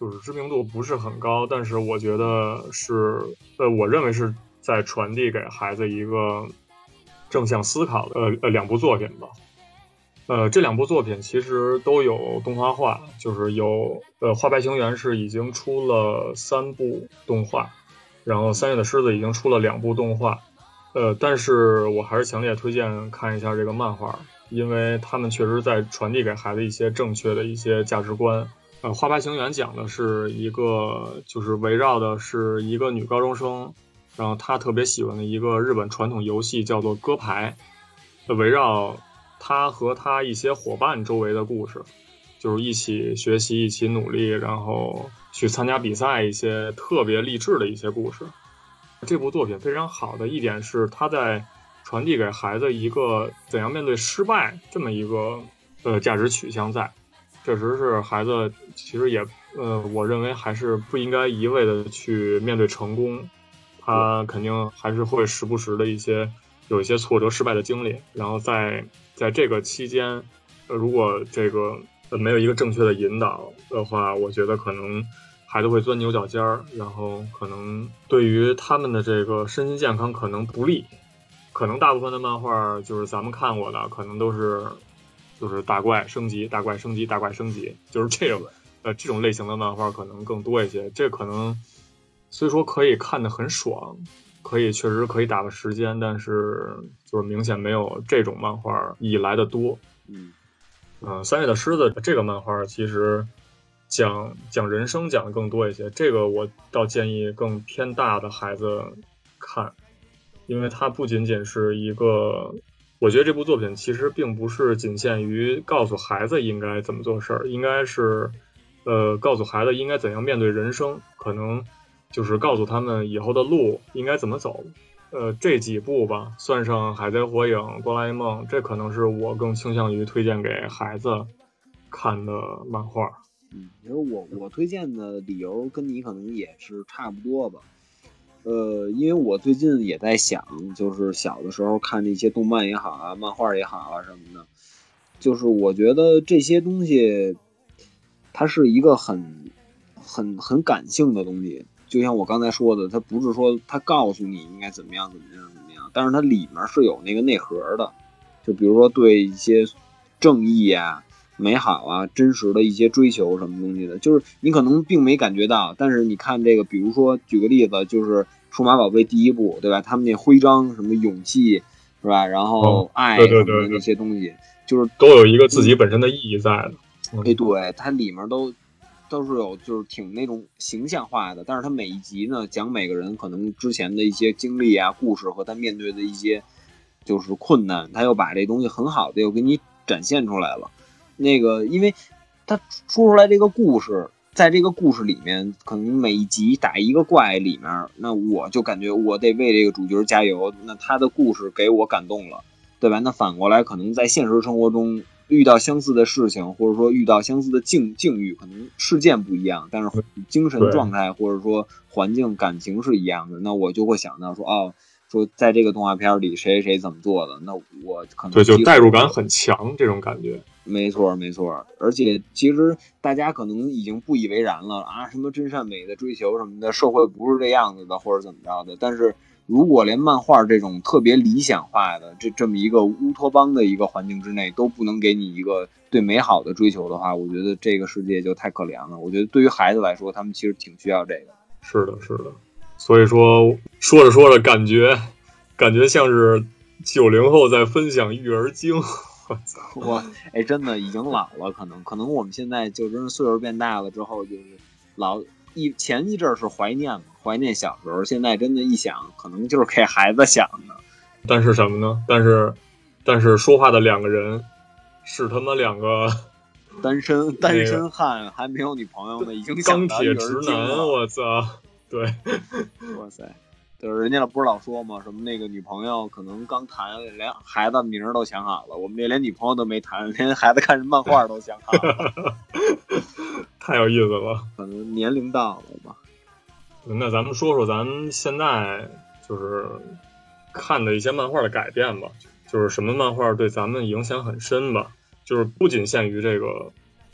就是知名度不是很高，但是我觉得是我认为是在传递给孩子一个正向思考的两部作品吧。这两部作品其实都有动画化，就是有花白情缘是已经出了3部动画，然后3月的狮子已经出了2部动画。但是我还是强烈推荐看一下这个漫画，因为他们确实在传递给孩子一些正确的一些价值观。花白情缘讲的是一个，就是围绕的是一个女高中生，然后她特别喜欢的一个日本传统游戏叫做歌牌，围绕她和她一些伙伴周围的故事，就是一起学习，一起努力，然后去参加比赛，一些特别励志的一些故事。这部作品非常好的一点是，它在传递给孩子一个怎样面对失败这么一个价值取向在。确实是孩子其实也我认为还是不应该一味的去面对成功，他肯定还是会时不时的有一些挫折失败的经历，然后在这个期间如果这个没有一个正确的引导的话，我觉得可能孩子会钻牛角尖儿，然后可能对于他们的这个身心健康可能不利。可能大部分的漫画就是咱们看过的，可能都是就是大怪升级，大怪升级，大怪升级，就是这种类型的漫画可能更多一些。这可能虽说可以看得很爽，确实可以打发时间，但是就是明显没有这种漫画以来的多。3月的狮子这个漫画其实讲人生讲的更多一些，这个我倒建议更偏大的孩子看，因为它不仅仅是一个，我觉得这部作品其实并不是仅限于告诉孩子应该怎么做事儿，应该是告诉孩子应该怎样面对人生，可能就是告诉他们以后的路应该怎么走。这几部吧，算上海贼火影、哆啦 A 梦，这可能是我更倾向于推荐给孩子看的漫画。 其实我推荐的理由跟你可能也是差不多吧。因为我最近也在想，就是小的时候看那些动漫也好啊，漫画也好啊什么的，就是我觉得这些东西，它是一个很感性的东西。就像我刚才说的，它不是说它告诉你应该怎么样，但是它里面是有那个内核的。就比如说对一些正义啊、美好啊、真实的一些追求什么东西的，就是你可能并没感觉到，但是你看这个，比如说举个例子，就是数码宝贝第1部，对吧？他们那徽章什么勇气是吧？然后爱什么的那些东西，就是都有一个自己本身的意义在的。 对，它里面都是有就是挺那种形象化的，但是它每一集呢讲每个人可能之前的一些经历啊、故事和他面对的一些就是困难，他又把这东西很好的又给你展现出来了。那个，因为他说出来这个故事，在这个故事里面，可能每一集打一个怪里面，那我就感觉我得为这个主角加油。那他的故事给我感动了，对吧？那反过来，可能在现实生活中遇到相似的事情，或者说遇到相似的境遇，可能事件不一样，但是精神状态或者说环境、感情是一样的。那我就会想到说，说在这个动画片里谁怎么做的，那我可能对，就代入感很强，这种感觉。 没错，而且其实大家可能已经不以为然了啊，什么真善美的追求什么的，社会不是这样子的，或者怎么着的。但是如果连漫画这种特别理想化的这么一个乌托邦的一个环境之内都不能给你一个对美好的追求的话，我觉得这个世界就太可怜了。我觉得对于孩子来说，他们其实挺需要这个。 是的。所以说着感觉像是90后在分享育儿经。 真的已经老了，可能我们现在就真是岁数变大了之后，就是前一阵是怀念小时候，现在真的一想，可能就是给孩子想的。 但是什么呢？但是说话的2个人是他们2个单身汉，还没有女朋友呢，已经钢铁直男，我操！对， 哇塞。就是人家不是老说嘛，什么那个女朋友可能刚谈，连孩子名都想好了，我们这连女朋友都没谈，连孩子看漫画都想好了。 太有意思了， 可能年龄到了吧。 那咱们说说咱们现在就是看的一些漫画的改变吧，就是什么漫画对咱们影响很深吧，就是不仅限于这个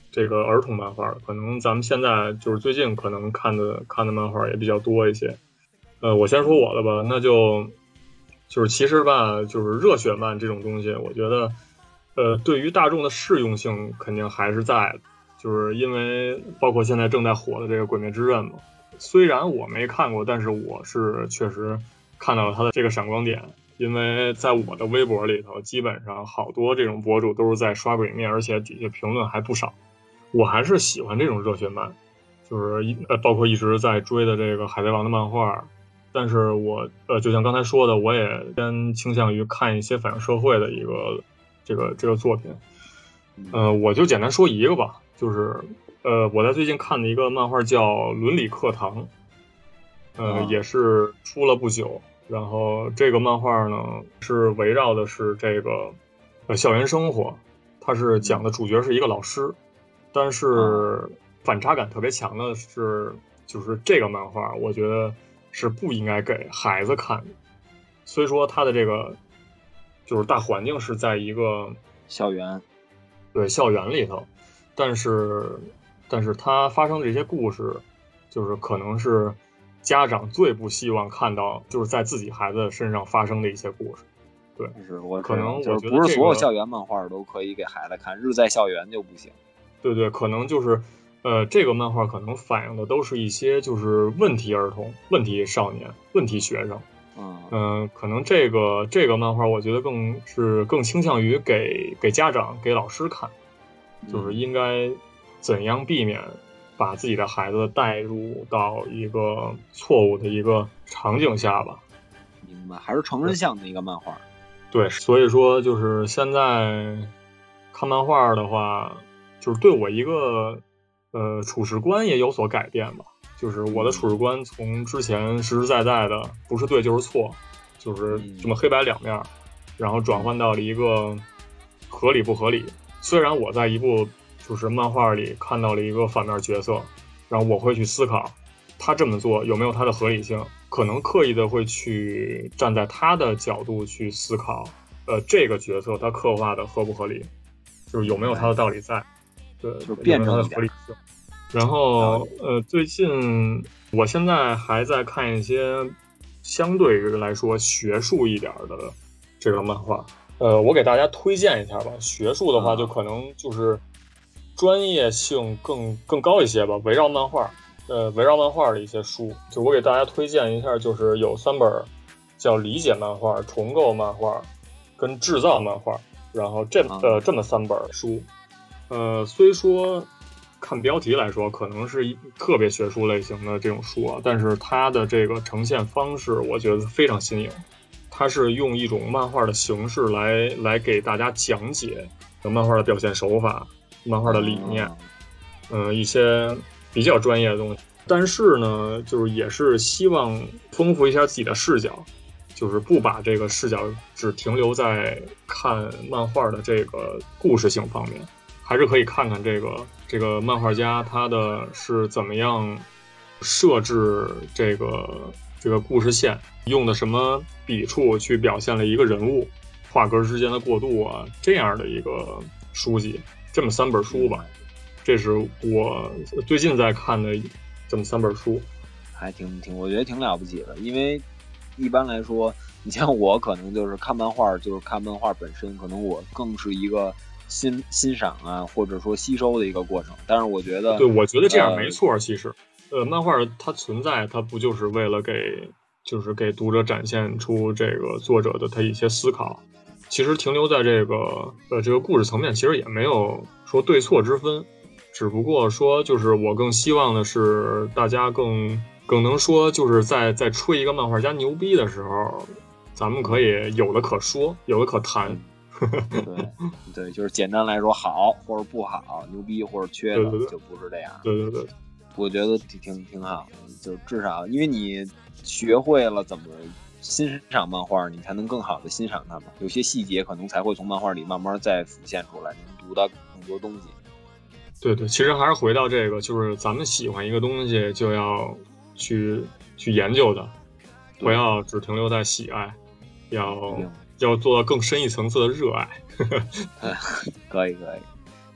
这个儿童漫画，可能咱们现在就是最近可能看的漫画也比较多一些。我先说我的吧，那就是其实吧，就是热血漫这种东西，我觉得对于大众的适用性肯定还是在的，就是因为包括现在正在火的这个《鬼灭之刃》嘛，虽然我没看过，但是我是确实看到了它的这个闪光点。因为在我的微博里头，基本上好多这种博主都是在刷鬼灭，而且底下评论还不少。我还是喜欢这种热血漫，就是包括一直在追的这个海贼王的漫画。但是我就像刚才说的，我也偏倾向于看一些反映社会的一个这个作品。我就简单说一个吧，就是我在最近看的一个漫画叫《伦理课堂》，也是出了不久。然后这个漫画呢是围绕的是这个校园生活，它是讲的主角是一个老师，但是反差感特别强的是，就是这个漫画我觉得是不应该给孩子看的。虽说它的这个就是大环境是在一个校园， 对校园里头，但是它发生的这些故事，就是可能是家长最不希望看到，就是在自己孩子身上发生的一些故事。对，可能我觉得不是所有校园漫画都可以给孩子看，日在校园就不行。 对，可能就是这个漫画可能反映的都是一些就是问题儿童、问题少年、问题学生。可能这个漫画我觉得更倾向于给家长、给老师看，就是应该怎样避免把自己的孩子带入到一个错误的一个场景下吧。 明白，还是成人向的一个漫画。 对，所以说就是现在看漫画的话，就是对我一个处事观也有所改变吧。就是我的处事观从之前实实在在的不是对就是错，就是这么黑白两面，然后转换到了一个合理不合理。虽然我在一部就是漫画里看到了一个反面角色，然后我会去思考他这么做有没有他的合理性，可能刻意的会去站在他的角度去思考，这个角色他刻画的合不合理，就是有没有他的道理在，对， 就是辩证一点。然后最近我现在还在看一些相对于来说学术一点的这个漫画，我给大家推荐一下吧。学术的话就可能就是专业性更高一些吧，围绕漫画的一些书，就我给大家推荐一下，就是有3本叫理解漫画、重构漫画跟制造漫画，然后这么3本书，虽说看标题来说可能是特别学术类型的这种书啊，但是它的这个呈现方式我觉得非常新颖，它是用一种漫画的形式来给大家讲解漫画的表现手法、漫画的理念，一些比较专业的东西，但是呢，就是也是希望丰富一下自己的视角，就是不把这个视角只停留在看漫画的这个故事性方面，还是可以看看这个漫画家他的是怎么样设置这个故事线，用的什么笔触去表现了一个人物画格之间的过渡啊，这样的一个书籍，这么3本书吧。这是我最近在看的这么3本书， 还我觉得挺了不起的。因为一般来说，你像我可能就是看漫画，就是看漫画本身，可能我更是一个欣赏啊，或者说吸收的一个过程。但是我觉得， 对，我觉得这样没错。其实，漫画它存在，它不就是为了给读者展现出这个作者的他一些思考。其实停留在这个故事层面，其实也没有说对错之分。只不过说，就是我更希望的是，大家更能说，就是在吹一个漫画家牛逼的时候，咱们可以有的可说，有的可谈。 对，就是简单来说，好或者不好，牛逼或者缺的，就不是这样。 对， 我觉得挺好的，就至少因为你学会了怎么欣赏漫画，你才能更好的欣赏它嘛。有些细节可能才会从漫画里慢慢再浮现出来，能读到更多东西。对， 其实还是回到这个，就是咱们喜欢一个东西，就要去研究它，不要只停留在喜爱，要做到更深一层次的热爱。 可以。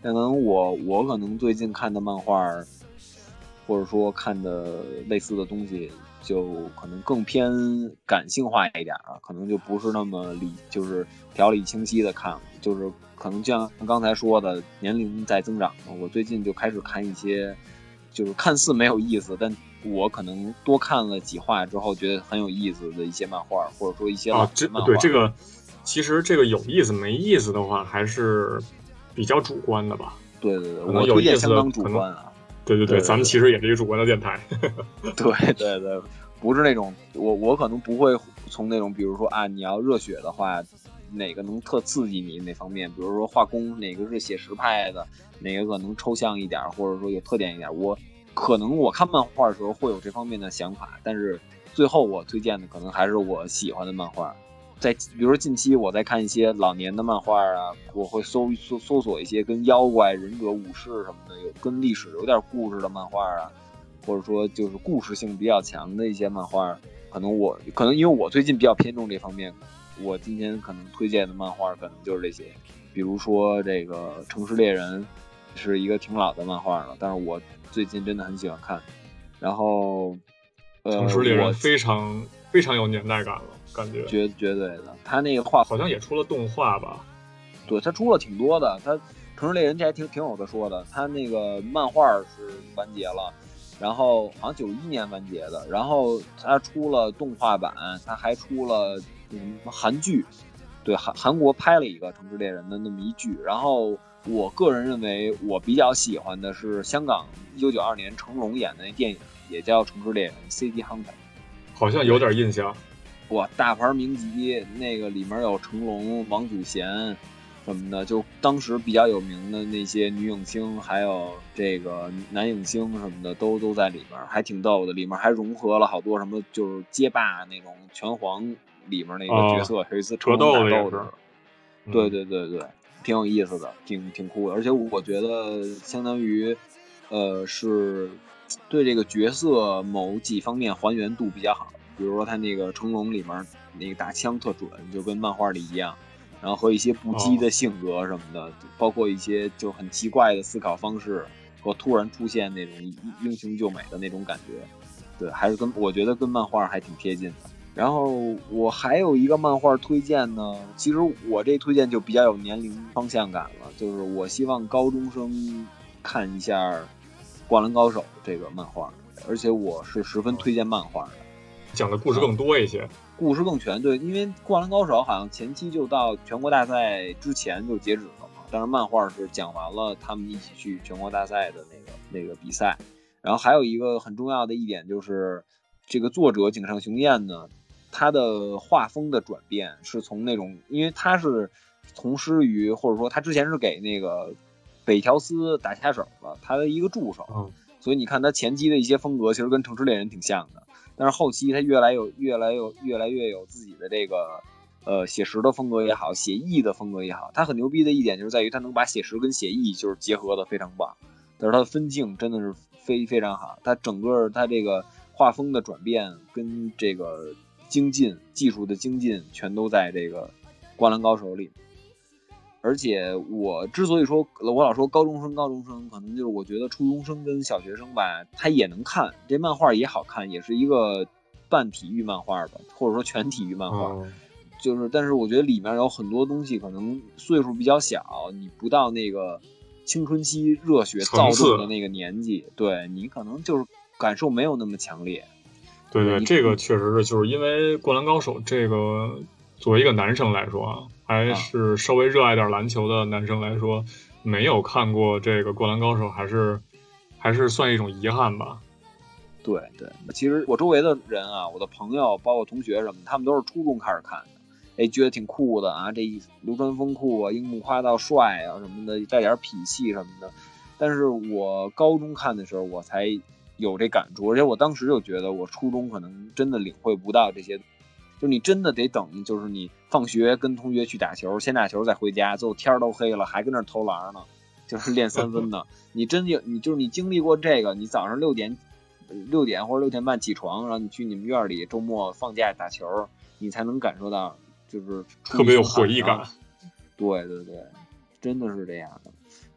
但可能我可能最近看的漫画，或者说看的类似的东西，就可能更偏感性化一点啊，可能就不是那么就是条理清晰的看了，就是可能就像刚才说的，年龄在增长，我最近就开始看一些，就是看似没有意思，但我可能多看了几话之后，觉得很有意思的一些漫画，或者说一些老的漫画。 对，这个其实这个有意思没意思的话，还是比较主观的吧。 对，我推荐相当主观啊。 对，咱们其实也是一个主观的电台。 对，不是那种我可能不会从那种，比如说啊，你要热血的话，哪个能特刺激你哪方面，比如说画工哪个是写实派的，哪个可能抽象一点，或者说有特点一点，我看漫画的时候会有这方面的想法，但是最后我推荐的可能还是我喜欢的漫画。比如说近期我在看一些老年的漫画啊，我会搜索一些跟妖怪、忍者、武士什么的，有跟历史有点故事的漫画啊，或者说就是故事性比较强的一些漫画，可能因为我最近比较偏重这方面，我今天可能推荐的漫画可能就是这些，比如说这个《城市猎人》是一个挺老的漫画了，但是我最近真的很喜欢看。然后， 城市猎人非常非常有年代感了，感觉绝对的，他那个画好像也出了动画吧？ 对，他出了挺多的。他《城市猎人》这还挺有的说的。他那个漫画是完结了，然后好像91年完结的，然后他出了动画版，他还出了韩剧，对，韩国拍了一个《城市猎人》的那么一剧。然后我个人认为，我比较喜欢的是香港1992年成龙演的那电影，也叫《城市猎人》City Hunter， 好像有点印象。 哇，大牌名集，那个里面有成龙、王祖贤什么的，就当时比较有名的那些女影星，还有这个男影星什么的，都在里面，还挺逗的。里面还融合了好多什么，就是街霸那种拳皇里面那个角色，有一次成龙打斗的。对，挺有意思的，挺酷的。而且我觉得相当于，是对这个角色某几方面还原度比较好。比如说他那个成龙里面那个打枪特准，就跟漫画里一样，然后和一些不羁的性格什么的，包括一些就很奇怪的思考方式和突然出现那种英雄救美的那种感觉，对，还是我觉得跟漫画还挺贴近的。然后我还有一个漫画推荐呢，其实我这推荐就比较有年龄方向感了，就是我希望高中生看一下《灌篮高手》这个漫画，而且我是十分推荐漫画的。 讲的故事更多一些， 故事更全。对，因为《灌篮高手》好像前期就到全国大赛之前就截止了嘛，但是漫画是讲完了他们一起去全国大赛的那个比赛。然后还有一个很重要的一点就是，这个作者井上雄彦呢，他的画风的转变是从那种，因为他是从师于，或者说他之前是给那个北条司打下手了，他的一个助手，所以你看他前期的一些风格其实跟城市猎人挺像的。但是后期他越来越有自己的这个写实的风格也好，写意的风格也好，他很牛逼的一点就是在于他能把写实跟写意就是结合的非常棒，但是他的分镜真的是非常好，他整个他这个画风的转变跟这个技术的精进全都在这个灌篮高手里。而且我之所以说我老说高中生，可能就是我觉得初中生跟小学生吧，他也能看这漫画也好看，也是一个半体育漫画吧，或者说全体育漫画，就是但是我觉得里面有很多东西可能岁数比较小，你不到那个青春期热血躁动的那个年纪，对你可能就是感受没有那么强烈。 对，这个确实是，就是因为《灌篮高手》这个作为一个男生来说啊，还是稍微热爱点篮球的男生来说，没有看过这个《灌篮高手》，还是算一种遗憾吧。 对，其实我周围的人啊，我的朋友包括同学什么，他们都是初中开始看的，觉得挺酷的啊，这流川枫酷啊，樱木花道帅啊什么的，带点痞气什么的。但是我高中看的时候，我才有这感触，而且我当时就觉得我初中可能真的领会不到这些，就你真的得等，就是你放学跟同学去打球，先打球再回家，最后天都黑了还跟那偷篮呢，就是练3分呢。你经历过这个，你早上6点或者6点半起床，然后你去你们院里周末放假打球，你才能感受到就是特别有回忆感。 对，真的是这样的。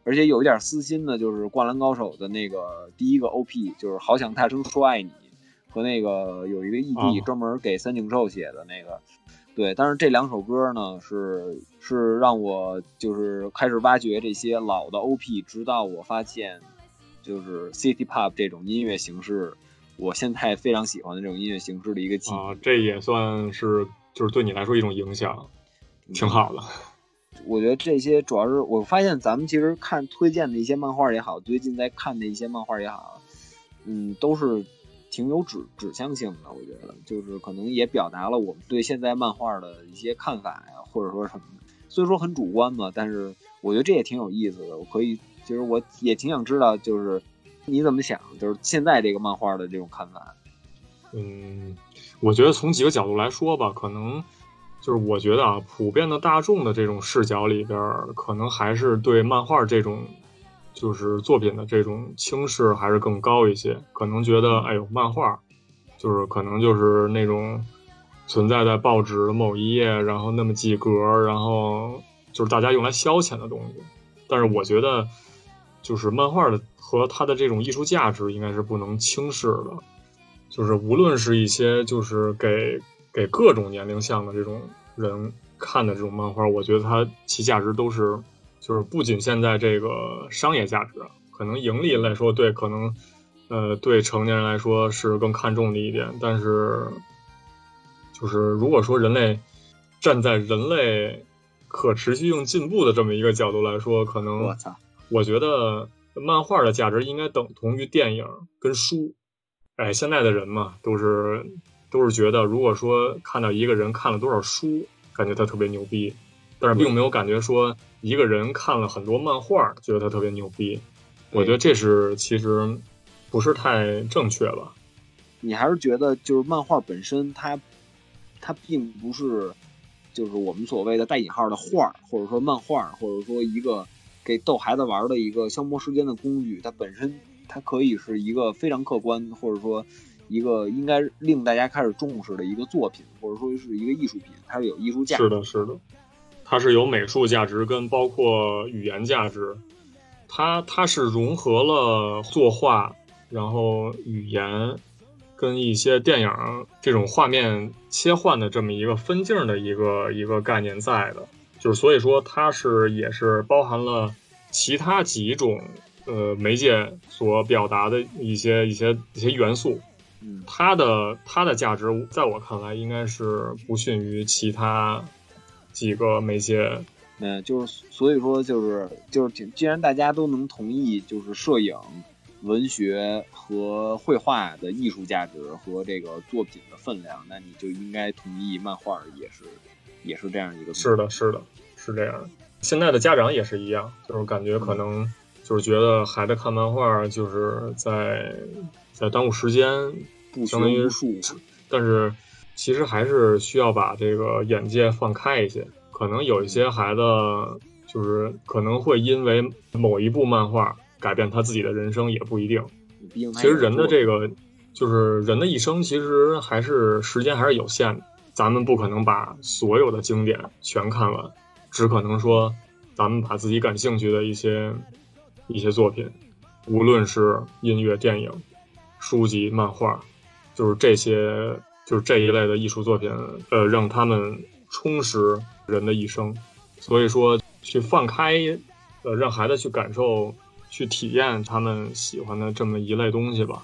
而且有一点私心的，就是《灌篮高手》的那个第一个 OP， 就是好想大声说爱你，和那个有一个 ED 专门给三井寿写的那个。对，但是这两首歌呢，是让我就是开始挖掘这些老的 OP， 直到我发现，就是 City Pop 这种音乐形式，我现在非常喜欢的这种音乐形式的一个记忆。 这也算是就是对你来说一种影响，挺好的。 我觉得这些主要是我发现咱们其实看推荐的一些漫画也好，最近在看的一些漫画也好，都是挺有指向性的。我觉得就是可能也表达了我们对现在漫画的一些看法呀，或者说什么的。虽说很主观嘛，但是我觉得这也挺有意思的。其实我也挺想知道，就是你怎么想，就是现在这个漫画的这种看法。 我觉得从几个角度来说吧，可能就是我觉得啊，普遍的大众的这种视角里边，可能还是对漫画这种就是作品的这种轻视还是更高一些。可能觉得，哎呦，漫画就是可能就是那种存在在报纸的某一页，然后那么几格，然后就是大家用来消遣的东西。但是我觉得，就是漫画的和它的这种艺术价值应该是不能轻视的。就是无论是一些就是给各种年龄向的这种人看的这种漫画，我觉得它其价值都是就是不仅现在这个商业价值，可能盈利来说对，可能对成年人来说是更看重的一点，但是就是如果说人类站在人类可持续性进步的这么一个角度来说，可能我觉得漫画的价值应该等同于电影跟书。现在的人嘛，都是觉得，如果说看到一个人看了多少书，感觉他特别牛逼，但是并没有感觉说一个人看了很多漫画，觉得他特别牛逼。我觉得这是其实不是太正确吧。 你还是觉得就是漫画本身它并不是就是我们所谓的带引号的画，或者说漫画，或者说一个给逗孩子玩的一个消磨时间的工具，它本身它可以是一个非常客观，或者说一个应该令大家开始重视的一个作品，或者说是一个艺术品，它是有艺术价值。 是的，是的，它是有美术价值跟包括语言价值，它是融合了作画，然后语言跟一些电影这种画面切换的这么一个分镜的一个概念在的，就是所以说它也是包含了其他几种媒介所表达的一些元素。它的价值在我看来应该是不逊于其他几个媒介。 就是所以说就是既然大家都能同意，就是摄影、文学和绘画的艺术价值和这个作品的分量，那你就应该同意漫画也是这样一个。 是的，是这样的。现在的家长也是一样，就是感觉可能就是觉得孩子看漫画就是在耽误时间，相当于无术。 但是其实还是需要把这个眼界放开一些。可能有一些孩子就是可能会因为某一部漫画改变他自己的人生，也不一定。其实人的这个就是人的一生，其实还是时间还是有限的，咱们不可能把所有的经典全看完，只可能说咱们把自己感兴趣的一些作品，无论是音乐、电影、书籍、漫画，就是这一类的艺术作品，让他们充实人的一生。所以说去放开，让孩子去感受、去体验他们喜欢的这么一类东西吧。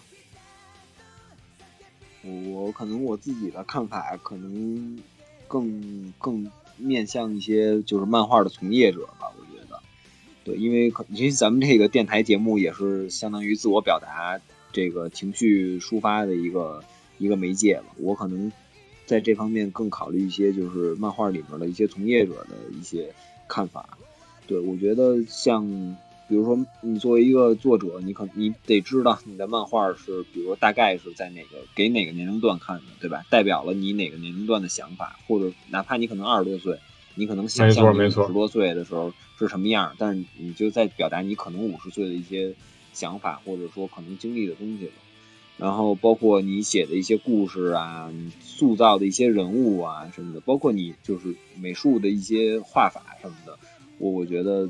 我可能我自己的看法可能更面向一些就是漫画的从业者吧，我觉得。对，因为咱们这个电台节目也是相当于自我表达这个情绪抒发的一个媒介吧。我可能在这方面更考虑一些就是漫画里面的一些从业者的一些看法。对，我觉得像比如说你作为一个作者，你得知道你的漫画是比如说大概是在给哪个年龄段看的，对吧？代表了你哪个年龄段的想法，或者哪怕你可能20多岁，你可能想象你50多岁的时候是什么样，但是你就在表达你可能50岁的一些想法，或者说可能经历的东西了。然后包括你写的一些故事啊，你塑造的一些人物啊什么的，包括你就是美术的一些画法什么的，我觉得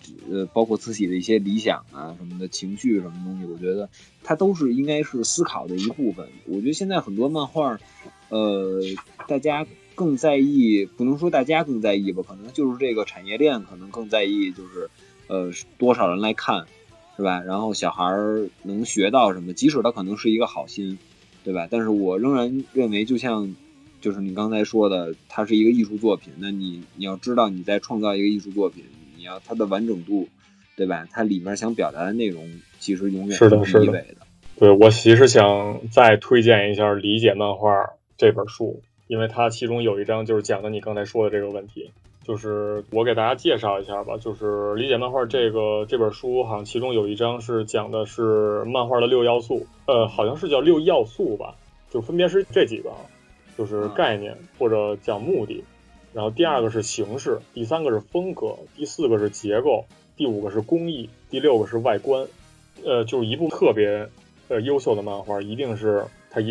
包括自己的一些理想啊什么的情绪什么东西，我觉得它都是应该是思考的一部分。我觉得现在很多漫画，大家更在意，不能说大家更在意吧，可能就是这个产业链可能更在意，就是多少人来看，是吧？然后小孩能学到什么，即使他可能是一个好心，对吧？但是我仍然认为，就像就是你刚才说的，它是一个艺术作品。那你要知道你在创造一个艺术作品，你要它的完整度，对吧？它里面想表达的内容其实永远是第一位的。 对，我其实想再推荐一下《理解漫画》这本书，因为它其中有一章就是讲的你刚才说的这个问题。就是我给大家介绍一下吧，就是《理解漫画》这本书，好像其中有一章是讲的是漫画的6要素，好像是叫6要素吧，就分别是这几个，就是概念或者讲目的，然后第2个是形式，第3个是风格，第4个是结构，第5个是工艺，第6个是外观。就是一部特别优秀的漫画，一定是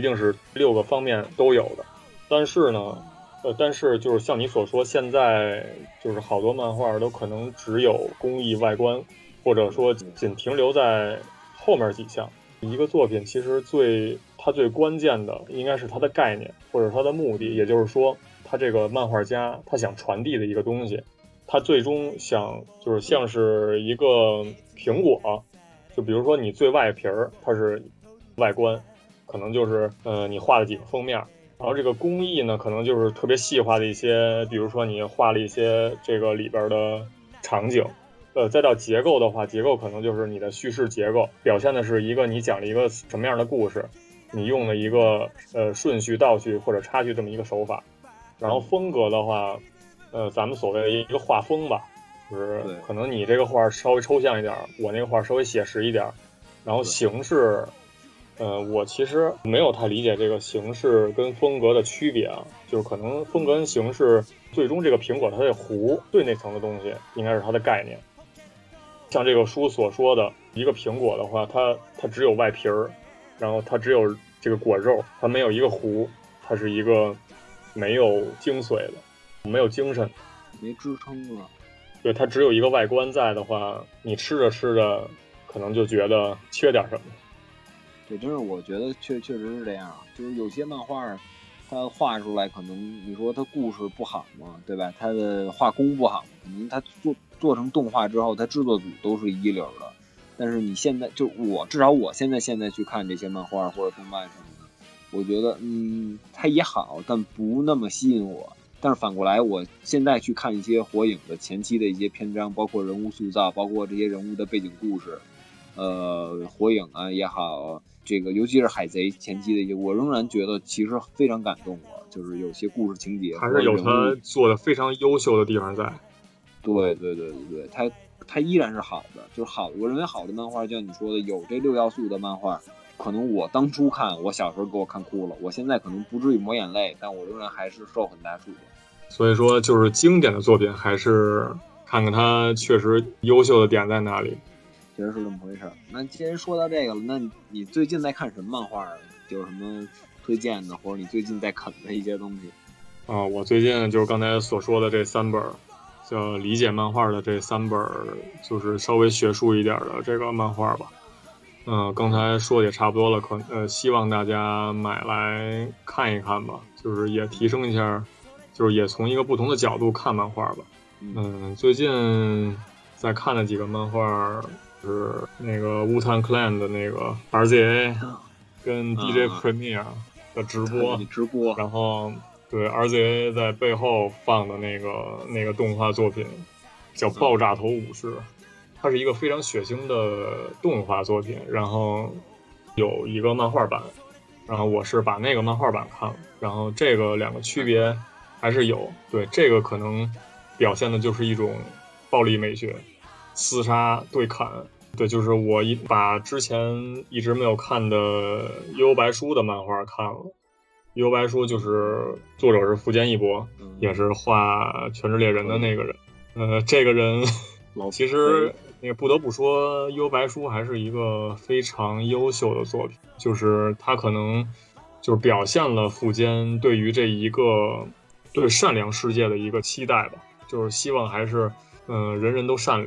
6个方面都有的。但是就是像你所说，现在就是好多漫画都可能只有工艺外观，或者说仅停留在后面几项。一个作品其实它最关键的应该是它的概念或者它的目的，也就是说他这个漫画家他想传递的一个东西，他最终就是像是一个苹果，就比如说你最外皮它是外观，可能就是你画了几个封面。然后这个工艺呢，可能就是特别细化的一些，比如说你画了一些这个里边的场景。再到结构的话，结构可能就是你的叙事结构，表现的是你讲了一个什么样的故事，你用了一个顺序、倒序或者插叙这么一个手法。然后风格的话，咱们所谓的一个画风吧，就是可能你这个画稍微抽象一点，我那个画稍微写实一点。然后形式。我其实没有太理解这个形式跟风格的区别啊，就是可能风格跟形式，最终这个苹果它的核最内层的东西应该是它的概念。像这个书所说的，一个苹果的话，它只有外皮儿，然后它只有这个果肉，它没有一个核，它是一个没有精髓的，没有精神， 没支撑了。 对，它只有一个外观在的话，你吃着吃着可能就觉得缺点什么。 对，真是我觉得确实是这样，就是有些漫画，它画出来可能你说它故事不好嘛，对吧？它的画工不好，可能它做成动画之后，它制作组都是一流的。但是你现在就至少我现在去看这些漫画或者动漫什么的，我觉得它也好，但不那么吸引我。但是反过来，我现在去看一些火影的前期的一些篇章，包括人物塑造，包括这些人物的背景故事，火影啊也好，这个尤其是海贼前期的一些，我仍然觉得其实非常感动我，就是有些故事情节还是有他做的非常优秀的地方在。 对，它依然是好的，就是好。我认为好的漫画，就像你说的，有这6要素的漫画，可能我当初看，我小时候给我看哭了，我现在可能不至于抹眼泪，但我仍然还是受很大触动。 所以说，就是经典的作品，还是看看它确实优秀的点在哪里。 确实是这么回事。那既然说到这个了，那你最近在看什么漫画？有什么推荐的，或者你最近在啃的一些东西？ 我最近就是刚才所说的这3本，叫理解漫画的这3本，就是稍微学术一点的这个漫画吧。刚才说的也差不多了，希望大家买来看一看吧，就是也提升一下，就是也从一个不同的角度看漫画吧。最近在看了几个漫画，是那个Wu-Tang Clan的那个 RZA 跟 DJ Premier 的直播，然后对 RZA 在背后放的那个动画作品叫《爆炸头武士》，它是一个非常血腥的动画作品，然后有一个漫画版，然后我是把那个漫画版看了，然后这个2个区别还是有。对，这个可能表现的就是一种暴力美学，厮杀对砍。对，就是我把之前一直没有看的《幽游白书》的漫画看了。《幽游白书》就是作者是富坚义博，也是画《全职猎人》的那个人。这个人其实那个不得不说，《幽游白书》还是一个非常优秀的作品，就是他可能就是表现了富坚对于这一个对善良世界的一个期待吧，就是希望还是人人都善良。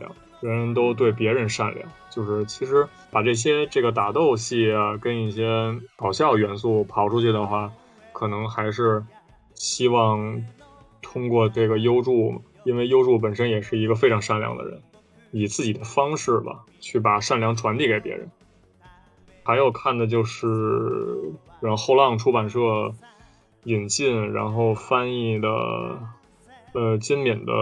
人人都对别人善良，就是其实把这个打斗戏啊跟一些搞笑元素跑出去的话，可能还是希望通过这个优助，因为优助本身也是一个非常善良的人，以自己的方式吧去把善良传递给别人。还有看的就是然后后浪出版社引进然后翻译的金敏的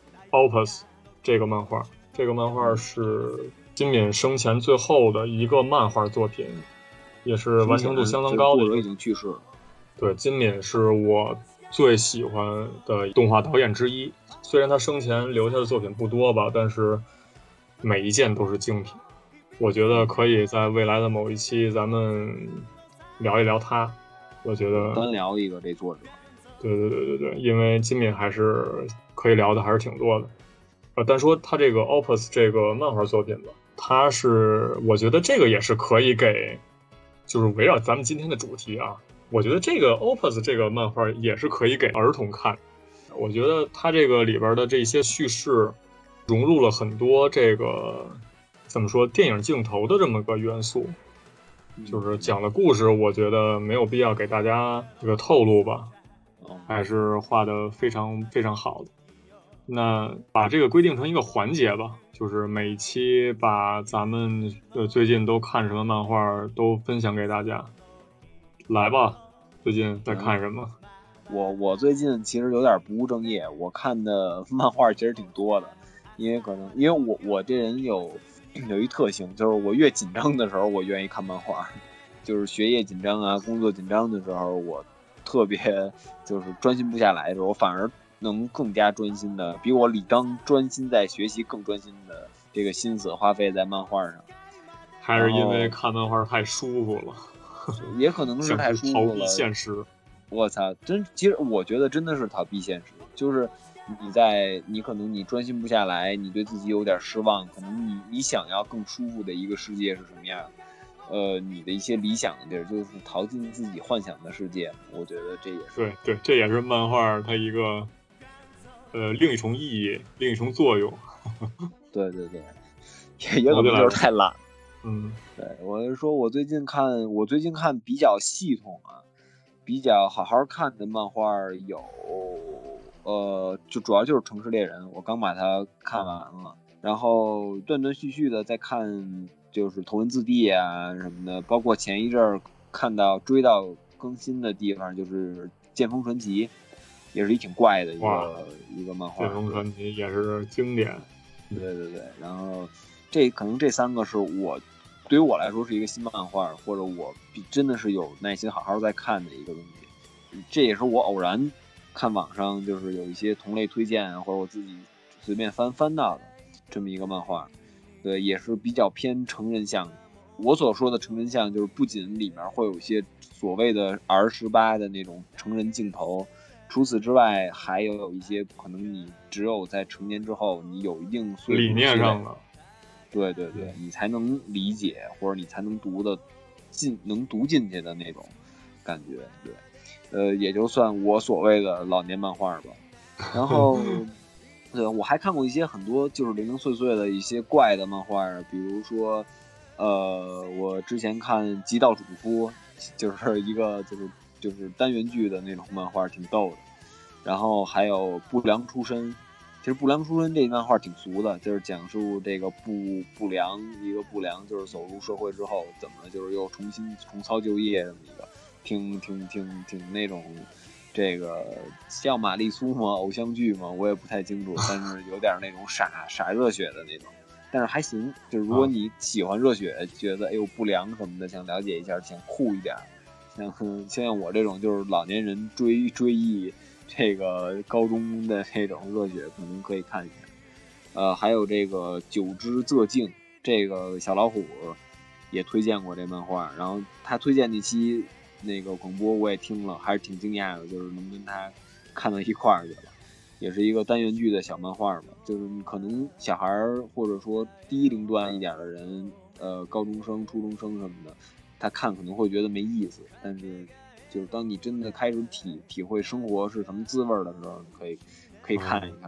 Opus 这个漫画。这个漫画是金敏生前最后的一个漫画作品，也是完成度相当高的。 作者已经去世了。 对，金敏是我最喜欢的动画导演之一，虽然他生前留下的作品不多吧，但是每一件都是精品。我觉得可以在未来的某一期咱们聊一聊他，我觉得单聊一个这作者。 对，因为金敏还是可以聊的还是挺多的。单说他这个 Opus 这个漫画作品吧，他是我觉得这个也是可以给，就是围绕咱们今天的主题啊，我觉得这个 Opus 这个漫画也是可以给儿童看。我觉得他这个里边的这些叙事融入了很多这个怎么说电影镜头的这么个元素，就是讲的故事我觉得没有必要给大家这个透露吧，还是画得非常非常好的。那把这个规定成一个环节吧，就是每一期把咱们最近都看什么漫画都分享给大家。来吧，最近在看什么？ 我最近其实有点不务正业，我看的漫画其实挺多的，因为我这人有一特性，就是我越紧张的时候我愿意看漫画，就是学业紧张啊工作紧张的时候我特别就是专心不下来的时候，我反而能更加专心的，比我理当专心在学习更专心的这个心思花费在漫画上。 还是因为看漫画太舒服了？ 也可能是太舒服了， 逃避现实。 我操，其实我觉得真的是逃避现实，就是你可能你专心不下来，你对自己有点失望，可能你想要更舒服的一个世界是什么样的？你的一些理想的地儿，就是逃进自己幻想的世界。我觉得这也是对，这也是漫画它一个另一重意义，另一重作用。 对，也可能就是太懒。对，我是说我最近看比较系统啊，比较好好看的漫画有，就主要就是《城市猎人》，我刚把它看完了，然后断断续续的在看，就是《头文字 D》啊什么的，包括前一阵儿追到更新的地方，就是《剑锋传奇》，也是挺怪的一个漫画，《 剑锋传奇》也是经典。 对，然后可能这三个是对于我来说是一个新漫画，或者我真的是有耐心好好在看的一个东西。这也是我偶然看网上就是有一些同类推荐，或者我自己随便翻到的这么一个漫画。对，也是比较偏成人向。我所说的成人向，就是不仅里面会有一些所谓的 R18的那种成人镜头，除此之外还有一些可能你只有在成年之后，你有一定岁数理念上的。 对，你才能理解，或者你才能能读进去的那种感觉。对，也就算我所谓的老年漫画吧。然后，对，我还看过一些很多就是零零碎碎的一些怪的漫画，比如说，我之前看《极道主夫》，就是一个就是单元剧的那种漫画，挺逗的。然后还有《不良出身》。其实不良出身这漫画挺俗的，就是讲述这个不良就是走入社会之后怎么就是又重操旧业这么一个，挺那种这个像玛丽苏吗？偶像剧吗？我也不太清楚，但是有点那种傻热血的那种，但是还行。就是如果你喜欢热血，觉得哎呦不良什么的，想了解一下，想酷一点，像我这种就是老年人追忆。这个高中的那种热血可能可以看一下，还有这个九之仄境，这个小老虎也推荐过这漫画，然后他推荐那期那个广播我也听了，还是挺惊讶的，就是能跟他看到一块儿去了，也是一个单元剧的小漫画吧，就是可能小孩或者说低龄段一点的人，高中生、初中生什么的，他看可能会觉得没意思，但是。就是当你真的开始体会生活是什么滋味的时候，可以看一看。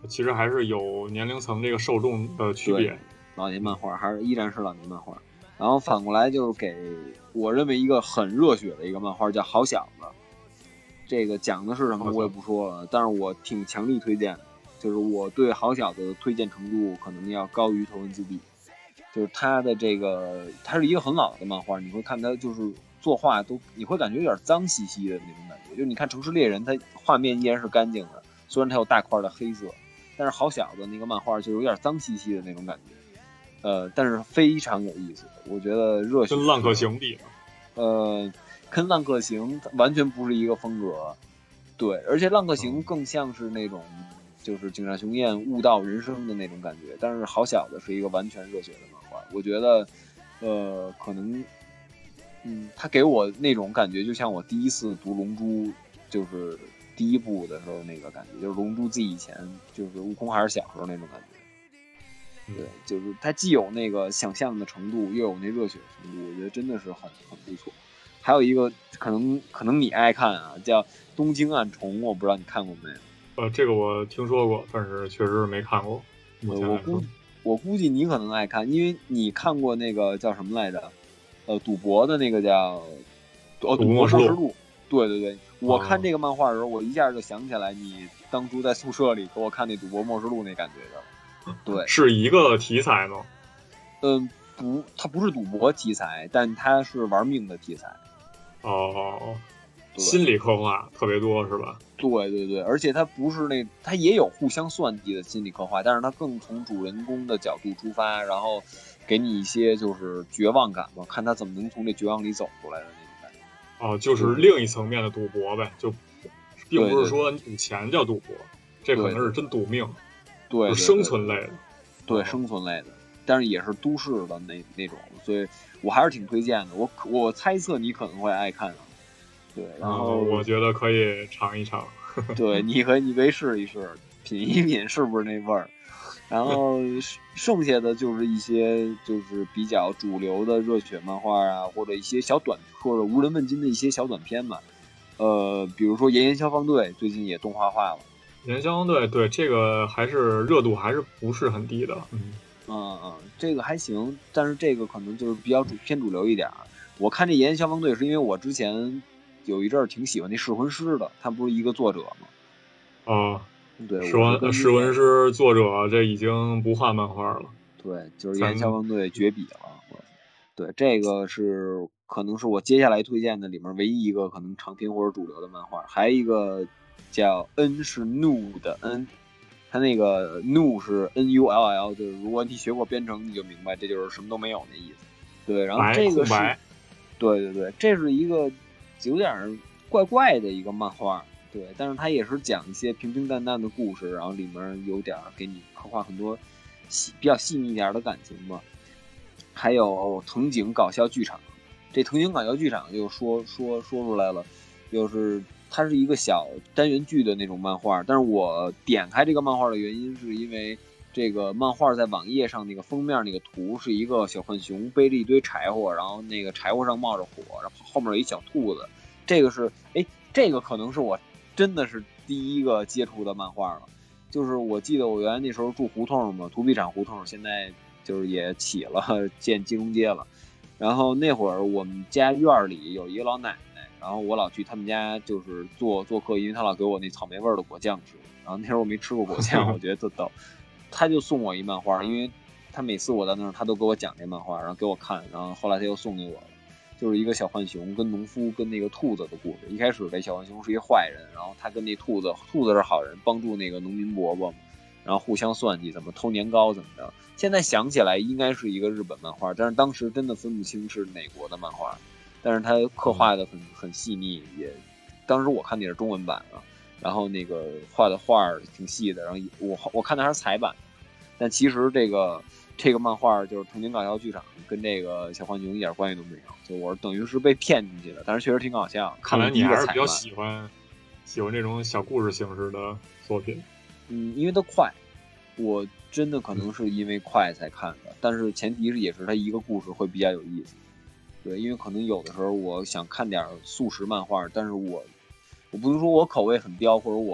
其实还是有年龄层这个受众的区别。 老年漫画还是依然是老年漫画。然后反过来就是给我认为一个很热血的一个漫画叫《好小子》，这个讲的是什么我也不说了，但是我挺强力推荐的，就是我对《好小子》的推荐程度可能要高于《头文字 D》，就是它的这个它是一个很老的漫画，你会看它就是作画都你会感觉有点脏兮兮的那种感觉，就是你看《城市猎人》它画面依然是干净的，虽然它有大块的黑色，但是《好小子》那个漫画就有点脏兮兮的那种感觉。但是非常有意思，我觉得热血跟浪客行比， 跟浪客行完全不是一个风格，对，而且浪客行更像是那种就是井上雄彦悟道人生的那种感觉，但是好小子是一个完全热血的漫画，我觉得，可能，他给我那种感觉就像我第一次读《龙珠》，就是第一部的时候那个感觉，就是《龙珠》自己以前就是悟空还是小时候那种感觉。对，就是它既有那个想象的程度，又有那热血程度，我觉得真的是很不错。还有一个可能你爱看啊，叫《东京暗虫》，我不知道你看过没有？ 这个我听说过，但是确实没看过。 我估计你可能爱看，因为你看过那个叫什么来着？赌博的那个叫赌博默示录。对对对，我看这个漫画的时候，我一下就想起来你当初在宿舍里给我看那赌博默示录那感觉的。对， 是一个题材吗？ 不，它不是赌博题材，但它是玩命的题材。 哦，心理刻画特别多是吧？ 对对对，而且它不是它也有互相算计的心理刻画，但是它更从主人公的角度出发，然后给你一些就是绝望感嘛，看他怎么能从这绝望里走出来的那种感觉。 哦，就是另一层面的赌博呗，就并不是说赌钱叫赌博，这可能是真赌命。 对， 生存类的， 对，生存类的，但是也是都市的那种，所以我还是挺推荐的。我猜测你可能会爱看啊。对，然后我觉得可以尝一尝。 对，你可以试一试，品一品是不是那味儿。然后剩下的就是一些就是比较主流的热血漫画啊，或者一些或者无人问津的一些小短片嘛。比如说《炎炎消防队》最近也动画化了。 炎炎消防队，对这个还是热度还是不是很低的。 这个还行，但是这个可能就是比较偏主流一点。我看这《炎炎消防队》是因为我之前有一阵儿挺喜欢那噬魂师的，他不是一个作者吗？对， 噬魂师作者这已经不画漫画了。 对，就是《炎炎消防队》绝笔了。对，这个是可能是我接下来推荐的里面唯一一个可能长篇或者主流的漫画，还有一个叫 N 是怒的 N， 它那个怒是 NULL， 就是如果你学过编程，你就明白这就是什么都没有那意思。对，然后这个是，对对对，这是一个有点怪怪的一个漫画。对，但是它也是讲一些平平淡淡的故事，然后里面有点给你刻画很多比较细腻一点的感情吧。还有藤井搞笑剧场，这藤井搞笑剧场又说出来了，就是它是一个小单元剧的那种漫画，但是我点开这个漫画的原因是因为这个漫画在网页上那个封面那个图是一个小浣熊背着一堆柴火，然后那个柴火上冒着火，然后后面有一小兔子，这个可能是我真的是第一个接触的漫画了。就是我记得我原来那时候住胡同嘛，土壁厂胡同，现在就是也起了建金融街了。然后那会儿我们家院里有一个老奶奶，然后我老去他们家就是做客，因为她老给我那草莓味的果酱吃。然后那时候我没吃过果酱，我觉得特逗。他就送我一漫画，因为他每次我在那儿，他都给我讲这漫画，然后给我看，然后后来他又送给我了。就是一个小浣熊跟农夫跟那个兔子的故事。一开始这小浣熊是一坏人，然后他跟那兔子是好人，帮助那个农民伯伯，然后互相算计怎么偷年糕怎么着。现在想起来应该是一个日本漫画，但是当时真的分不清是哪国的漫画。但是他刻画的很细腻，也当时我看的是中文版啊，然后那个画的画挺细的，然后我看的还是彩版，但其实这个漫画就是藤井搞笑剧场跟这个小浣熊一点关系都没有，就我等于是被骗进去的，但是确实挺搞笑。 看来你还是比较喜欢这种小故事形式的作品。 因为它快，我真的可能是因为快才看的，但是前提是也是它一个故事会比较有意思。对，因为可能有的时候我想看点速食漫画，但是我不能说我口味很刁，或者我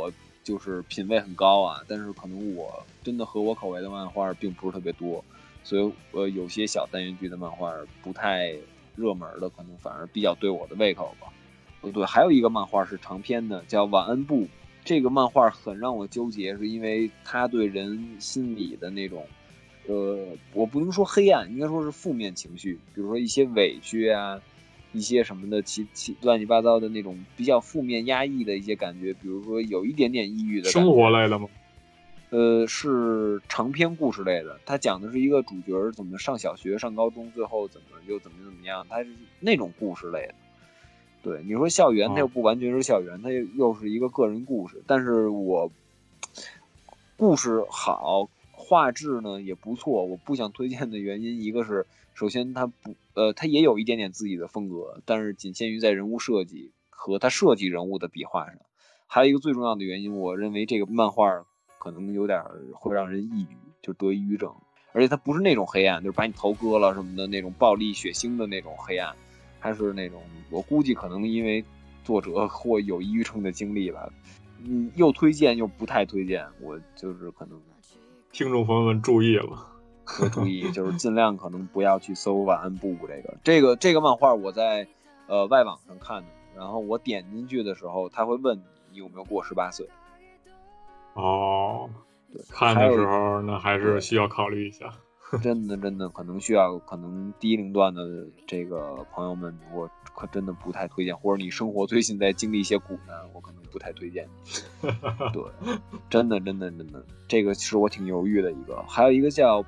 就是品味很高啊，但是可能我真的合我口味的漫画并不是特别多，所以有些小单元剧的漫画不太热门的，可能反而比较对我的胃口吧。对，还有一个漫画是长篇的，叫《晚安部》。这个漫画很让我纠结，是因为它对人心理的那种，我不能说黑暗，应该说是负面情绪，比如说一些委屈啊，一些什么的其乱七八糟的那种比较负面压抑的一些感觉，比如说有一点点抑郁的感觉。 生活类的吗？ 是长篇故事类的，它讲的是一个主角怎么上小学、上高中，最后怎么样，它是那种故事类的。对，你说校园，它又不完全是校园，它又是一个个人故事。但是我故事好，画质呢也不错。我不想推荐的原因，一个是首先它也有一点点自己的风格，但是仅限于在人物设计和它设计人物的笔画上。还有一个最重要的原因，我认为这个漫画可能有点会让人抑郁，就得抑郁症。而且它不是那种黑暗，就是把你头割了什么的那种暴力血腥的那种黑暗。它是那种，我估计可能因为作者或有抑郁症的经历吧，又推荐又不太推荐，我就是可能听众朋友们注意了， 注意就是尽量可能不要去搜晚安部这个漫画我在外网上看的，然后我点进去的时候，他会问你有没有过18岁。 哦， 对， 看的时候那还是需要考虑一下。 真的可能需要，可能低龄段的这个朋友们，我可真的不太推荐，或者你生活最近在经历一些苦难，我可能不太推荐你。对，真的，这个是我挺犹豫的一个。还有一个叫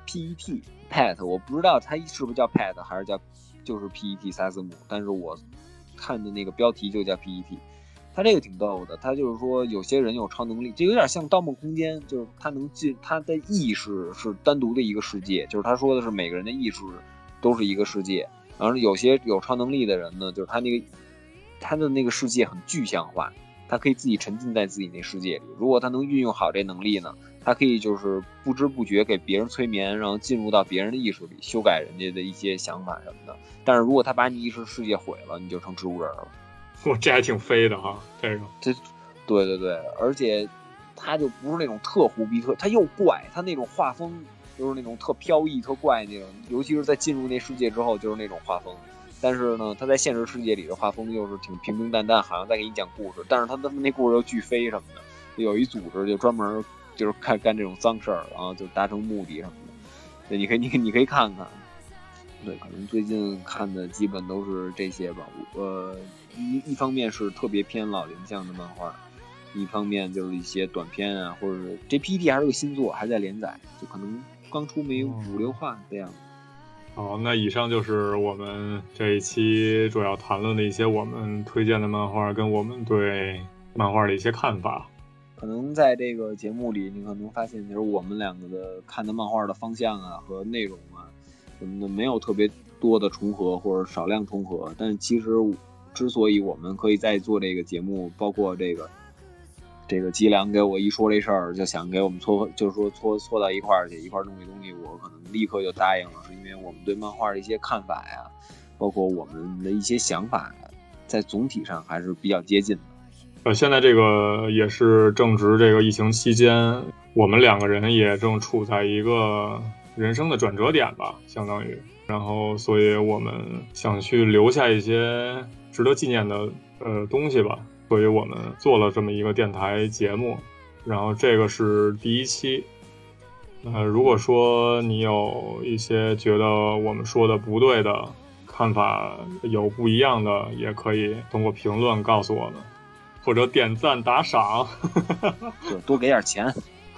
PET， 我不知道它是不是叫 PET 还是就是 PET 仨字母，但是我看的那个标题就叫 PET。他这个挺逗的，他就是说有些人有超能力，这有点像《盗梦空间》，就是他能进他的意识是单独的一个世界，就是他说的是每个人的意识都是一个世界，然后有些有超能力的人呢，就是他的那个世界很具象化，他可以自己沉浸在自己那世界里。如果他能运用好这能力呢，他可以就是不知不觉给别人催眠，然后进入到别人的意识里，修改人家的一些想法什么的。但是如果他把你意识世界毁了，你就成植物人了。 这还挺飞的哈，对， 而且他就不是那种特胡逼他又怪，他那种画风就是那种特飘逸特怪那种，尤其是在进入那世界之后就是那种画风。但是呢，他在现实世界里的画风又是挺平平淡淡，好像在给你讲故事，但是他那故事又巨飞什么的，有一组织就专门就是干这种脏事儿，然后就达成目的什么的。对，你可以看看。对，可能最近看的基本都是这些吧。一方面是特别偏老龄向的漫画，一方面就是一些短片啊，或者是这 PPT 还是个新作，还在连载，就可能刚出没5-6话这样。 好，那以上就是我们这一期主要谈论的一些我们推荐的漫画跟我们对漫画的一些看法。 可能在这个节目里，你可能发现就是我们两个的看的漫画的方向啊和内容啊什么的没有特别多的重合或者少量重合，但其实之所以我们可以再做这个节目，包括这个吉良给我一说这事儿，就想给我们撮到一块儿去，一块儿弄这东西，我可能立刻就答应了，是因为我们对漫画的一些看法呀，包括我们的一些想法呀，在总体上还是比较接近的。 现在这个也是正值这个疫情期间，我们两个人也正处在一个人生的转折点吧，相当于，然后所以我们想去留下一些值得纪念的东西吧，所以我们做了这么一个电台节目，然后这个是第1期。如果说你有一些觉得我们说的不对的看法，有不一样的，也可以通过评论告诉我们，或者点赞打赏， 就多给点钱。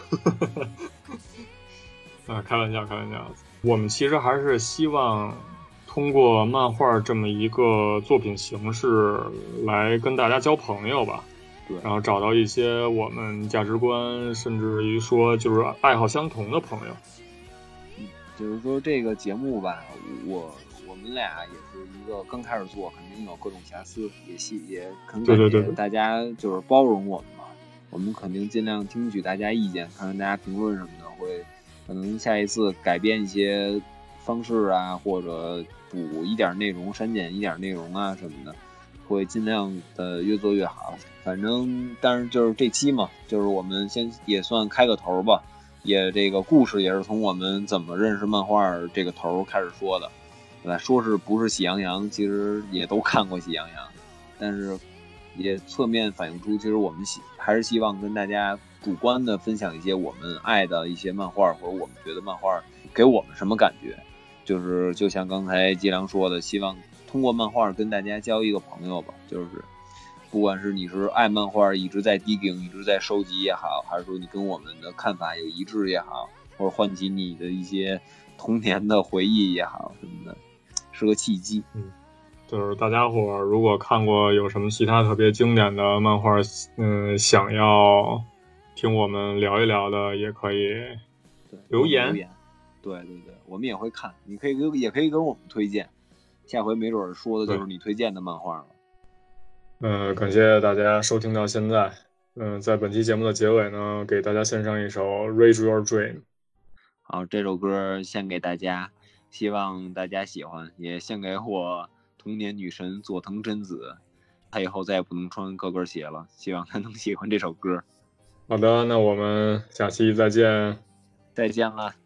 开玩笑。我们其实还是希望通过漫画这么一个作品形式来跟大家交朋友吧。 对， 然后找到一些我们价值观，甚至于说就是爱好相同的朋友。 就是说这个节目吧，我们俩也是一个刚开始做，肯定有各种瑕疵，也很感谢大家就是包容我们嘛。我们肯定尽量听取大家意见，看看大家评论什么的，会可能下一次改变一些方式啊，或者补一点内容，删减一点内容啊什么的。 会尽量的越做越好。反正但是就是这期嘛，就是我们先也算开个头吧，也这个故事也是从我们怎么认识漫画这个头开始说的。说是不是喜羊羊，其实也都看过喜羊羊，但是也侧面反映出，其实我们还是希望跟大家主观的分享一些我们爱的一些漫画，或者我们觉得漫画给我们什么感觉。就像刚才季良说的，希望通过漫画跟大家交一个朋友吧，就是不管是你是爱漫画一直在digging一直在收集也好，还是说你跟我们的看法有一致也好，或者唤起你的一些童年的回忆也好什么的，是个契机。 就是大家伙如果看过有什么其他特别经典的漫画，想要听我们聊一聊的，也可以留言。 对，我们也会看，你可以也可以给我们推荐，下回没准说的就是你推荐的漫画了。 感谢大家收听到现在。在本期节目的结尾呢，给大家献上一首《Reach Your Dream》。 好，这首歌献给大家，希望大家喜欢，也献给我童年女神佐藤真子，她以后再也不能穿高跟鞋了，希望她能喜欢这首歌。 好的，那我们下期再见。 再见了。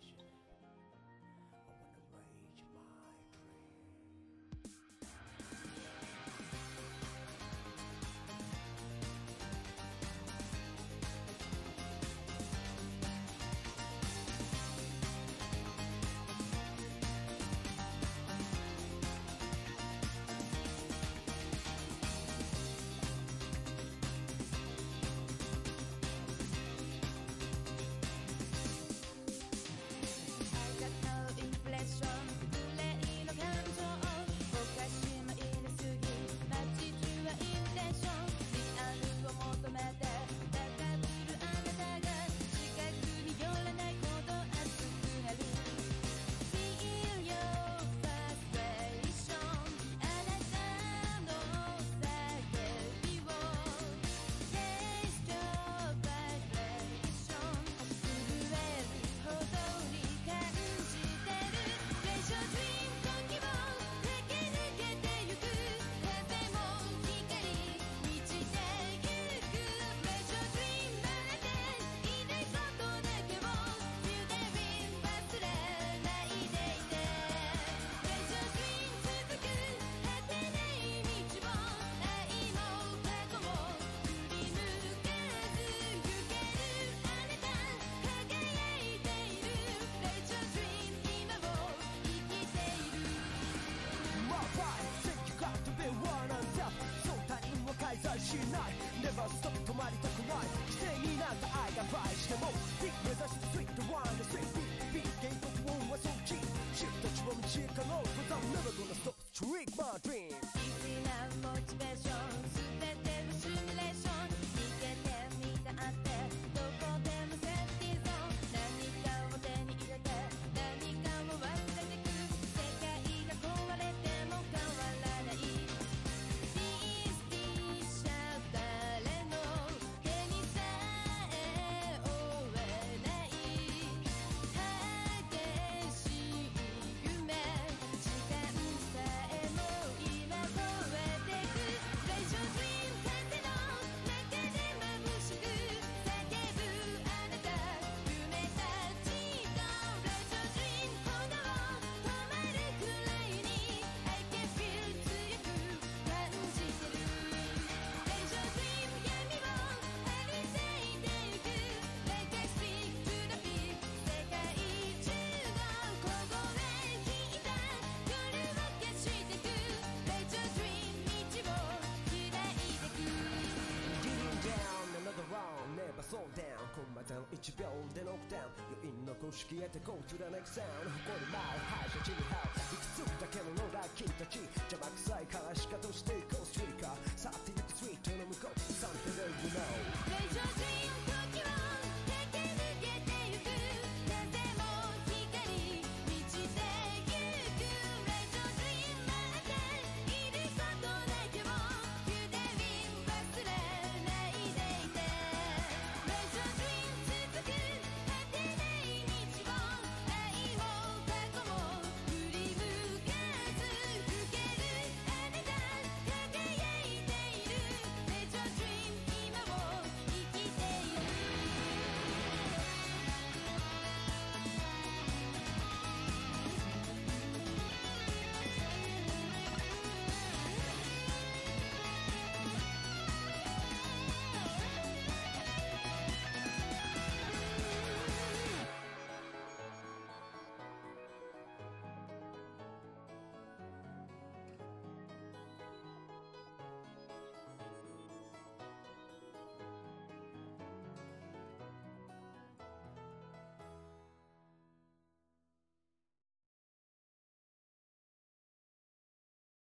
Never stop 止まりたくない規制になんか愛が倍してもビッグ目指してスイートワンでスイートビッグ原告音はそうキーシフトたちは道へかろう Cause I'm never gonna stop to reach my dream easy なモチベーション全てのシミュレーション逃げてみたってどこでもセーフティーゾーン何かを手に入れて何かを忘れてく世界が壊れても変わらない1秒でノックダウン余韻の公式へて Go to the next sound 誇り舞う敗者地に這ういくつだけの野良君たち邪魔くさいからしかとしていこうストリーカー去ってゆくスイートの向こう Something that you know Raise your dream